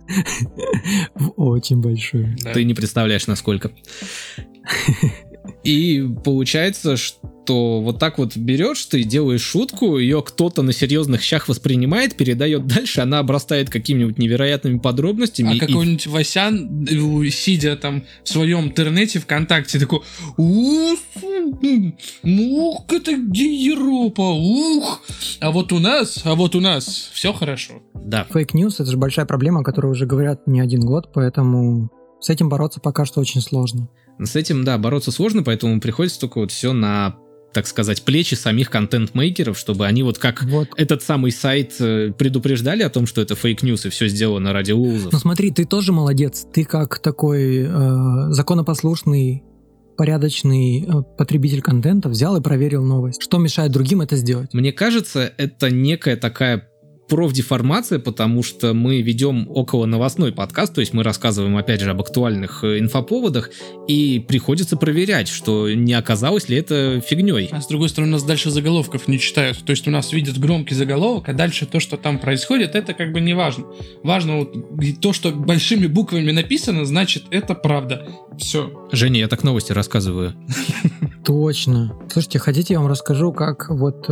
Очень большую. Да. Ты не представляешь, насколько. И получается, что что вот так вот берешь, ты делаешь шутку, ее кто-то на серьезных щах воспринимает, передает дальше, она обрастает какими-нибудь невероятными подробностями. А какой-нибудь Васян, сидя там в своем интернете ВКонтакте, такой: ух, это где Европа, ух, а вот у нас все хорошо. Да. Фейк-ньюс — это же большая проблема, о которой уже говорят не один год, поэтому с этим бороться пока что очень сложно. С этим, да, бороться сложно, поэтому приходится только вот все на, так сказать, плечи самих контент-мейкеров, чтобы они вот как этот самый сайт предупреждали о том, что это фейк-ньюс и все сделано ради лузов. Ну смотри, ты тоже молодец. Ты как такой законопослушный, порядочный потребитель контента взял и проверил новость. Что мешает другим это сделать? Мне кажется, это некая такая профдеформация, потому что мы ведем около новостной подкаст, то есть мы рассказываем, опять же, об актуальных инфоповодах, и приходится проверять, что не оказалось ли это фигней. А с другой стороны, у нас дальше заголовков не читают. То есть у нас видят громкий заголовок, а дальше то, что там происходит, это как бы не важно. Важно вот то, что большими буквами написано, значит, это правда. Все. Женя, я так новости рассказываю. Точно. Слушайте, хотите, я вам расскажу, как вот,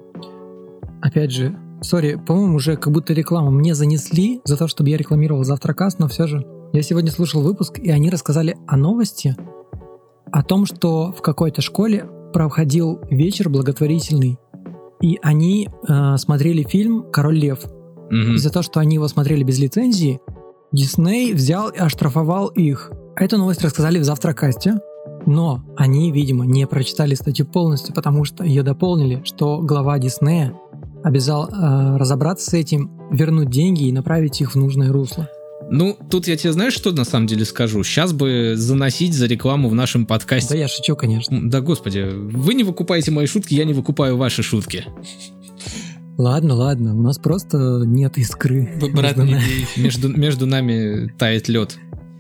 опять же, сори, по-моему, уже как будто рекламу мне занесли за то, чтобы я рекламировал Завтракаст, но все же. Я сегодня слушал выпуск, и они рассказали о новости, о том, что в какой-то школе проходил вечер благотворительный, и они смотрели фильм «Король лев». Мгм. И за то, что они его смотрели без лицензии, Дисней взял и оштрафовал их. Эту новость рассказали в Завтракасте, но они, видимо, не прочитали статью полностью, потому что ее дополнили, что глава Диснея обязал разобраться с этим, вернуть деньги и направить их в нужное русло. Ну, тут я тебе, знаешь, что на самом деле скажу? Сейчас бы заносить за рекламу в нашем подкасте. Да я шучу, конечно. Да, господи, вы не выкупаете мои шутки, я не выкупаю ваши шутки. Ладно, у нас просто нет искры. Брат, между не нами. бей. Между нами тает лед.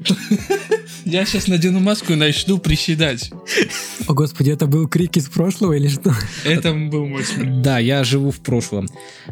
Я сейчас надену маску и начну приседать. О господи, это был крик из прошлого или что? Это был мой смех. Да, я живу в прошлом.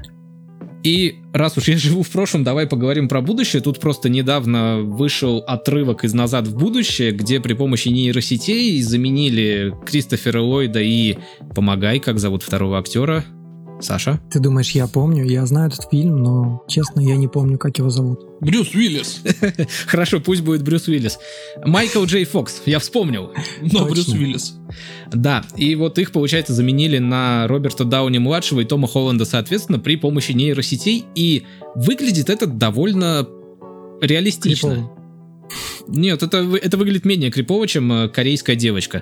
И раз уж я живу в прошлом, давай поговорим про будущее. Тут просто недавно вышел отрывок из «Назад в будущее», где при помощи нейросетей заменили Кристофера Ллойда и... Помогай, как зовут второго актера? Саша? Ты думаешь, я помню? Я знаю этот фильм, но, честно, я не помню, как его зовут. Брюс Уиллис. Хорошо, пусть будет Брюс Уиллис. Майкл Джей Фокс, я вспомнил. Но Точно. Брюс Уиллис. Да, и вот их, получается, заменили на Роберта Дауни-младшего и Тома Холланда, соответственно, при помощи нейросетей, и выглядит это довольно реалистично. Крипово. Нет, это выглядит менее крипово, чем корейская девочка.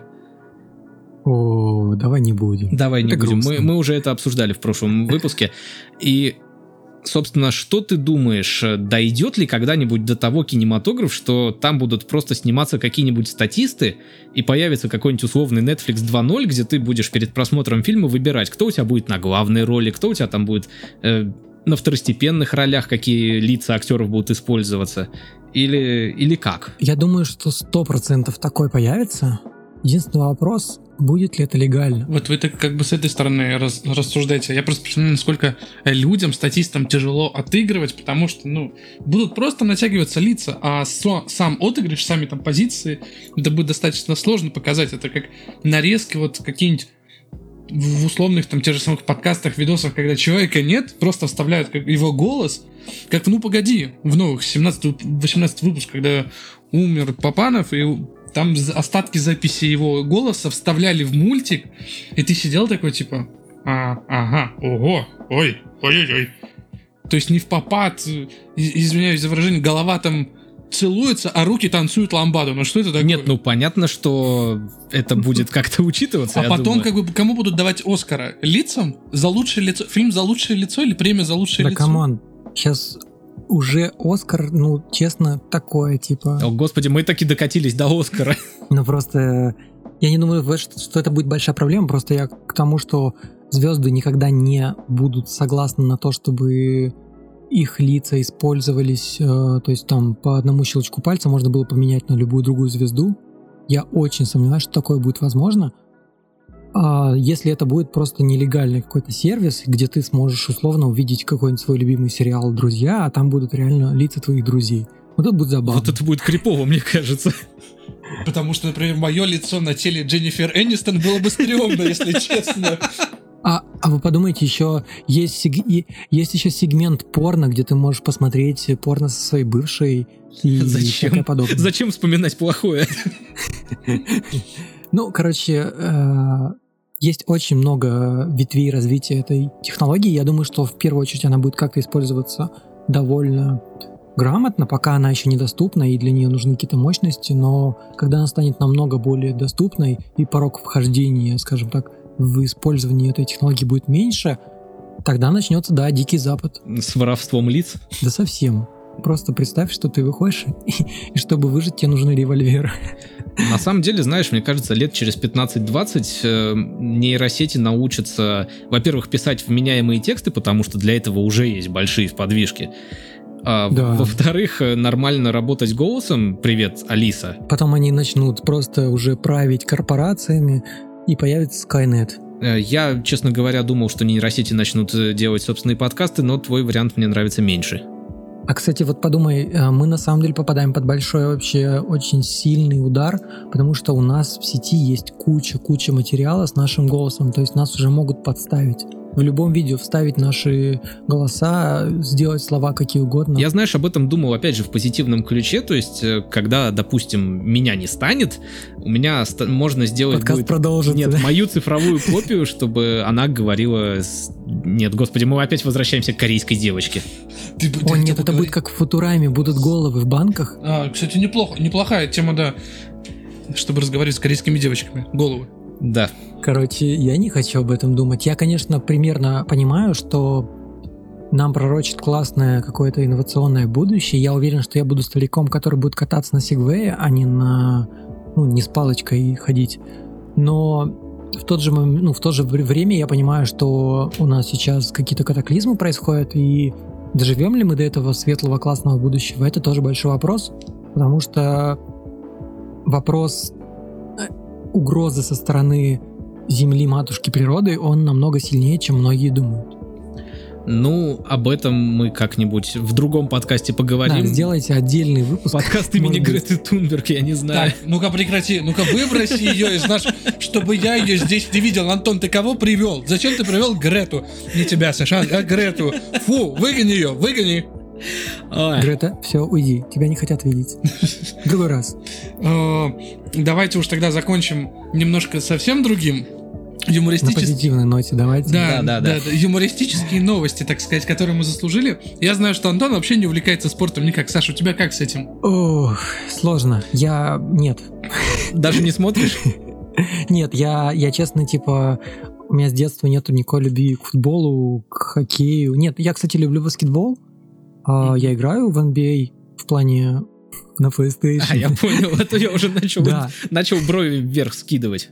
О, давай не будем. Давай не Это будем, грустно. мы уже это обсуждали в прошлом выпуске. И, собственно, что ты думаешь, дойдет ли когда-нибудь до того кинематограф, что там будут просто сниматься какие-нибудь статисты, и появится какой-нибудь условный Netflix 2.0, где ты будешь перед просмотром фильма выбирать, кто у тебя будет на главной роли, кто у тебя там будет на второстепенных ролях, какие лица актеров будут использоваться, или как? Я думаю, что 100% такой появится. Единственный вопрос, будет ли это легально? Вот вы так как бы с этой стороны рассуждаете. Я просто представляю, насколько людям, статистам тяжело отыгрывать, потому что, будут просто натягиваться лица, а сам отыгрыш, сами там позиции, это будет достаточно сложно показать. Это как нарезки вот какие-нибудь в условных там тех же самых подкастах, видосах, когда человека нет, просто вставляют как его голос, как «Ну, погоди», в новых 17-18 выпуск, когда умер Папанов, и там остатки записи его голоса вставляли в мультик, и ты сидел такой, типа, ага, ого, ой. То есть не в попад, извиняюсь за выражение, голова там целуется, а руки танцуют ламбаду. Ну что это такое? Нет, понятно, что это будет как-то учитываться. А потом, как бы, кому будут давать Оскара? Лицам? За лучшее лицо? Фильм за лучшее лицо или премия за лучшее Да лицо? камон, сейчас уже Оскар, честно, такое, типа... О, господи, мы таки докатились до Оскара. Просто я не думаю, что это будет большая проблема, просто я к тому, что звезды никогда не будут согласны на то, чтобы их лица использовались, то есть там по одному щелчку пальца можно было поменять на любую другую звезду. Я очень сомневаюсь, что такое будет возможно. А если это будет просто нелегальный какой-то сервис, где ты сможешь условно увидеть какой-нибудь свой любимый сериал «Друзья», а там будут реально лица твоих друзей. Вот это будет забавно. Вот это будет крипово, мне кажется. Потому что, например, мое лицо на теле Дженнифер Энистон было бы стрёмно, если честно. А вы подумайте, еще есть еще сегмент порно, где ты можешь посмотреть порно со своей бывшей и всякое подобное. Зачем вспоминать плохое? Ну, короче, есть очень много ветвей развития этой технологии. Я думаю, что в первую очередь она будет как-то использоваться довольно грамотно, пока она еще недоступна, и для нее нужны какие-то мощности, но когда она станет намного более доступной, и порог вхождения, скажем так, в использовании этой технологии будет меньше, тогда начнется, да, дикий запад. С воровством лиц? Да совсем. Просто представь, что ты выходишь, и чтобы выжить, тебе нужен револьвер. На самом деле, знаешь, мне кажется, лет через 15-20 нейросети научатся, во-первых, писать вменяемые тексты, потому что для этого уже есть большие подвижки. А во-вторых, нормально работать голосом. Привет, Алиса. Потом они начнут просто уже править корпорациями, и появится Skynet. Я, честно говоря, думал, что нейросети начнут делать собственные подкасты, но твой вариант мне нравится меньше. А, кстати, вот подумай, мы на самом деле попадаем под большой вообще очень сильный удар, потому что у нас в сети есть куча материала с нашим голосом, то есть нас уже могут подставить. В любом видео вставить наши голоса, сделать слова какие угодно. Я, знаешь, об этом думал, опять же, в позитивном ключе, то есть, когда, допустим, меня не станет, у меня можно сделать... Подкаст продолжится. Нет, мою цифровую копию, чтобы она говорила... Нет, господи, мы опять возвращаемся к корейской девочке. О, нет, это будет как в Футураме, будут головы в банках. Кстати, неплохая тема, да, чтобы разговаривать с корейскими девочками. Головы. Да. Короче, я не хочу об этом думать. Я, конечно, примерно понимаю, что нам пророчит классное какое-то инновационное будущее. Я уверен, что я буду стариком, который будет кататься на сегвее, а не не с палочкой ходить. Но в то же время я понимаю, что у нас сейчас какие-то катаклизмы происходят, и доживем ли мы до этого светлого классного будущего, это тоже большой вопрос, потому что вопрос угрозы со стороны Земли, матушки природы, он намного сильнее, чем многие думают. Ну, об этом мы как-нибудь в другом подкасте поговорим. Да, сделайте отдельный выпуск. Подкаст имени Греты Тунберг, я не знаю. Так, ну-ка прекрати, ну-ка выброси ее из нашего... Чтобы я ее здесь не видел. Антон, ты кого привел? Зачем ты привел Грету? Не тебя, Саша, а Грету. Фу, выгони ее, выгони. Грета, все, уйди, тебя не хотят видеть. В другой раз. Давайте уж тогда закончим немножко совсем другим. На позитивной ноте, давайте. Да. Юмористические новости, так сказать, которые мы заслужили. Я знаю, что Антон вообще не увлекается спортом никак. Саша, у тебя как с этим? Ох, сложно. Нет. Даже не смотришь? Нет, я честно, у меня с детства нету никакой любви к футболу, к хоккею. Нет, я, кстати, люблю баскетбол. Я играю в NBA в плане на PlayStation. Я понял, а то я уже начал брови вверх скидывать.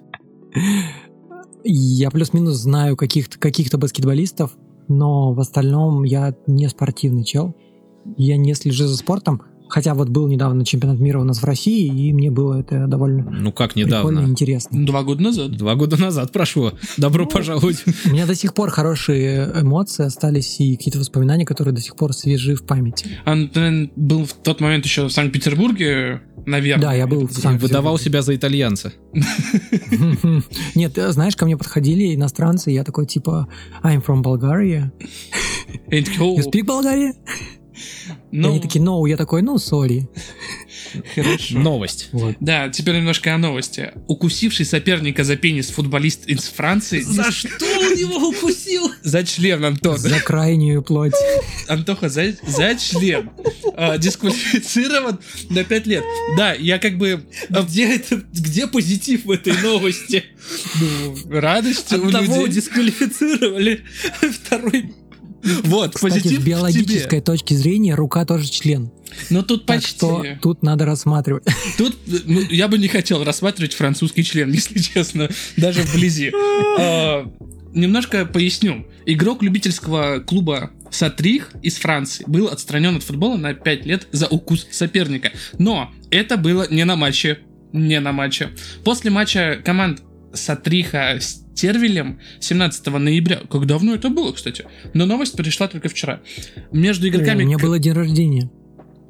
Я плюс-минус знаю каких-то баскетболистов, но в остальном я не спортивный чел. Я не слежу за спортом. Хотя вот был недавно чемпионат мира у нас в России, и мне было это довольно как недавно? Прикольно, интересно. 2 года назад. 2 года назад прошло. Добро пожаловать. У меня до сих пор хорошие эмоции остались и какие-то воспоминания, которые до сих пор свежи в памяти. Антон был в тот момент еще в Санкт-Петербурге, наверное. Да, я был в Санкт-Петербурге. Выдавал себя за итальянца. Нет, знаешь, ко мне подходили иностранцы, я такой I'm from Bulgaria. You speak Bulgaria? Они такие, no, я такой, sorry. Хорошо. Новость. Вот. Да, теперь немножко о новости. Укусивший соперника за пенис футболист из Франции... За что он его укусил? За член, Антон. За крайнюю плоть. Антоха, за член. Дисквалифицирован на 5 лет. Да, я Где позитив в этой новости? Радость у людей. Одного дисквалифицировали, второй... Вот, кстати, позитив с биологической точки зрения рука тоже член. Но тут так почти. Что тут надо рассматривать. Тут я бы не хотел рассматривать французский член, если честно, даже вблизи. Немножко поясню. Игрок любительского клуба Сатрих из Франции был отстранен от футбола на 5 лет за укус соперника. Но это было не на матче. После матча команд Сатриха с Тервилем 17 ноября. Как давно это было, кстати? Но новость пришла только вчера. Между игроками... У меня было день рождения.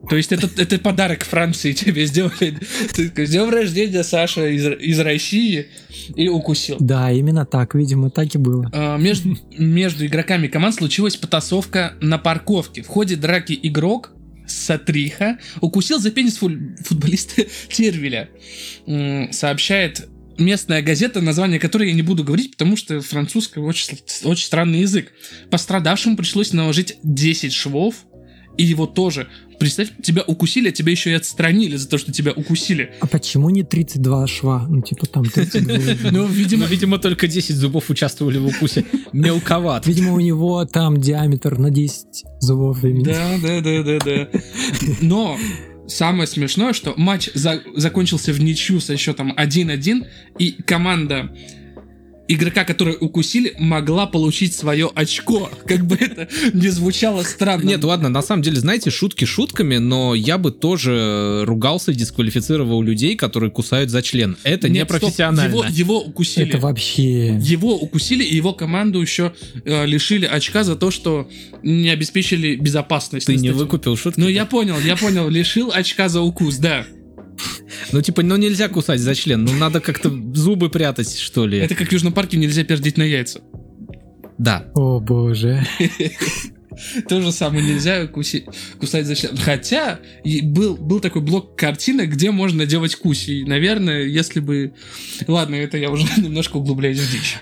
То есть это подарок Франции тебе сделали. Ты такой, с днем рождения, Саша, из России, и укусил. Да, именно так, видимо, так и было. Между игроками команд случилась потасовка на парковке. В ходе драки игрок Сатриха укусил за пенис футболиста Тервиля. Сообщает местная газета, название которой я не буду говорить, потому что французский очень странный язык. Пострадавшему пришлось наложить 10 швов, и его тоже. Представь, тебя укусили, а тебя еще и отстранили за то, что тебя укусили. А почему не 32 шва? Ну, типа там 32. Ну, Видимо, только 10 зубов участвовали в укусе. Мелковат. Видимо, у него там диаметр на 10 зубов. Да. Но самое смешное, что матч закончился в ничью со счетом 1-1, и команда игрока, который укусили, могла получить свое очко. Как бы это не звучало странно. Нет, ладно, на самом деле, знаете, шутки шутками, но я бы тоже ругался и дисквалифицировал людей, которые кусают за член. Это не профессионально. Его укусили. Это вообще... Его укусили, и его команду еще лишили очка за то, что не обеспечили безопасность. Ты не выкупил шутки? Ну, я понял, лишил очка за укус, да. Ну, типа, нельзя кусать за член, надо как-то зубы прятать, что ли. Это как в Южном парке нельзя пердеть на яйца. Да. О, боже. То же самое, нельзя кусать за член. Хотя был такой блок картинок, где можно делать куси. И, наверное, если бы... Ладно, это я уже немножко углубляюсь в дичь.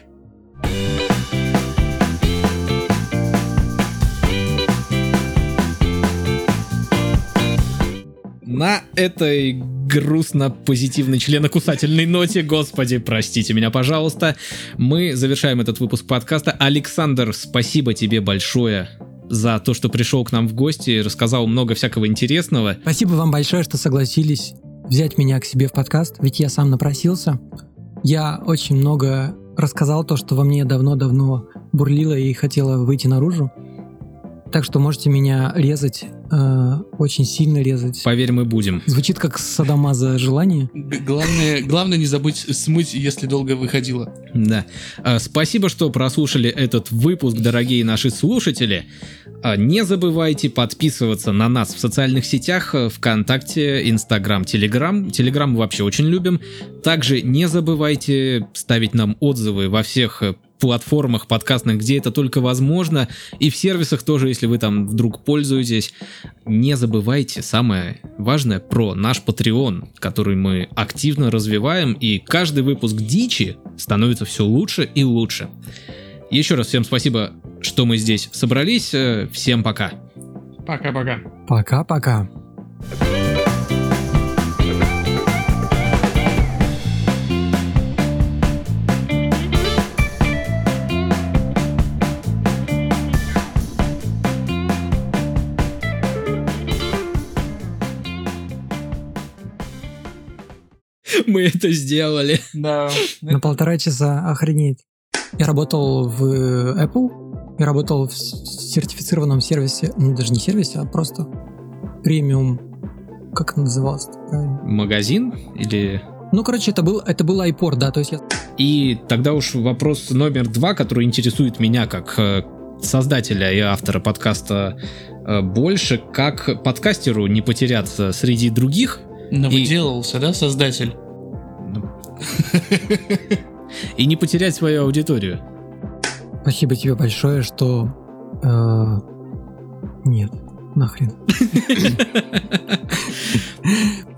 На этой грустно-позитивной членокусательной ноте, господи, простите меня, пожалуйста, мы завершаем этот выпуск подкаста. Александр, спасибо тебе большое за то, что пришел к нам в гости, рассказал много всякого интересного. Спасибо вам большое, что согласились взять меня к себе в подкаст, ведь я сам напросился. Я очень много рассказал то, что во мне давно-давно бурлило и хотело выйти наружу. Так что можете меня резать, очень сильно резать. Поверь, мы будем. Звучит как садомазо желание. Главное не забыть смыть, если долго выходило. Да. Спасибо, что прослушали этот выпуск, дорогие наши слушатели. Не забывайте подписываться на нас в социальных сетях, ВКонтакте, Инстаграм, Телеграм. Телеграм мы вообще очень любим. Также не забывайте ставить нам отзывы во всех платформах подкастных, где это только возможно, и в сервисах тоже, если вы там вдруг пользуетесь. Не забывайте самое важное про наш Patreon, который мы активно развиваем, и каждый выпуск дичи становится все лучше и лучше. Еще раз всем спасибо, что мы здесь собрались. Всем пока. Пока-пока. Пока-пока. Мы это сделали. Да. На 1,5 часа, охренеть. Я работал в Apple, я работал в сертифицированном сервисе, ну даже не сервисе, а просто премиум, как это называлось правильно? Магазин или... Ну, короче, это был iPort, да, то есть я... И тогда уж вопрос номер 2, который интересует меня как создателя и автора подкаста больше, как подкастеру не потеряться среди других. Навыделался, да, создатель? И не потерять свою аудиторию. Спасибо тебе большое, что... Нет, нахрен.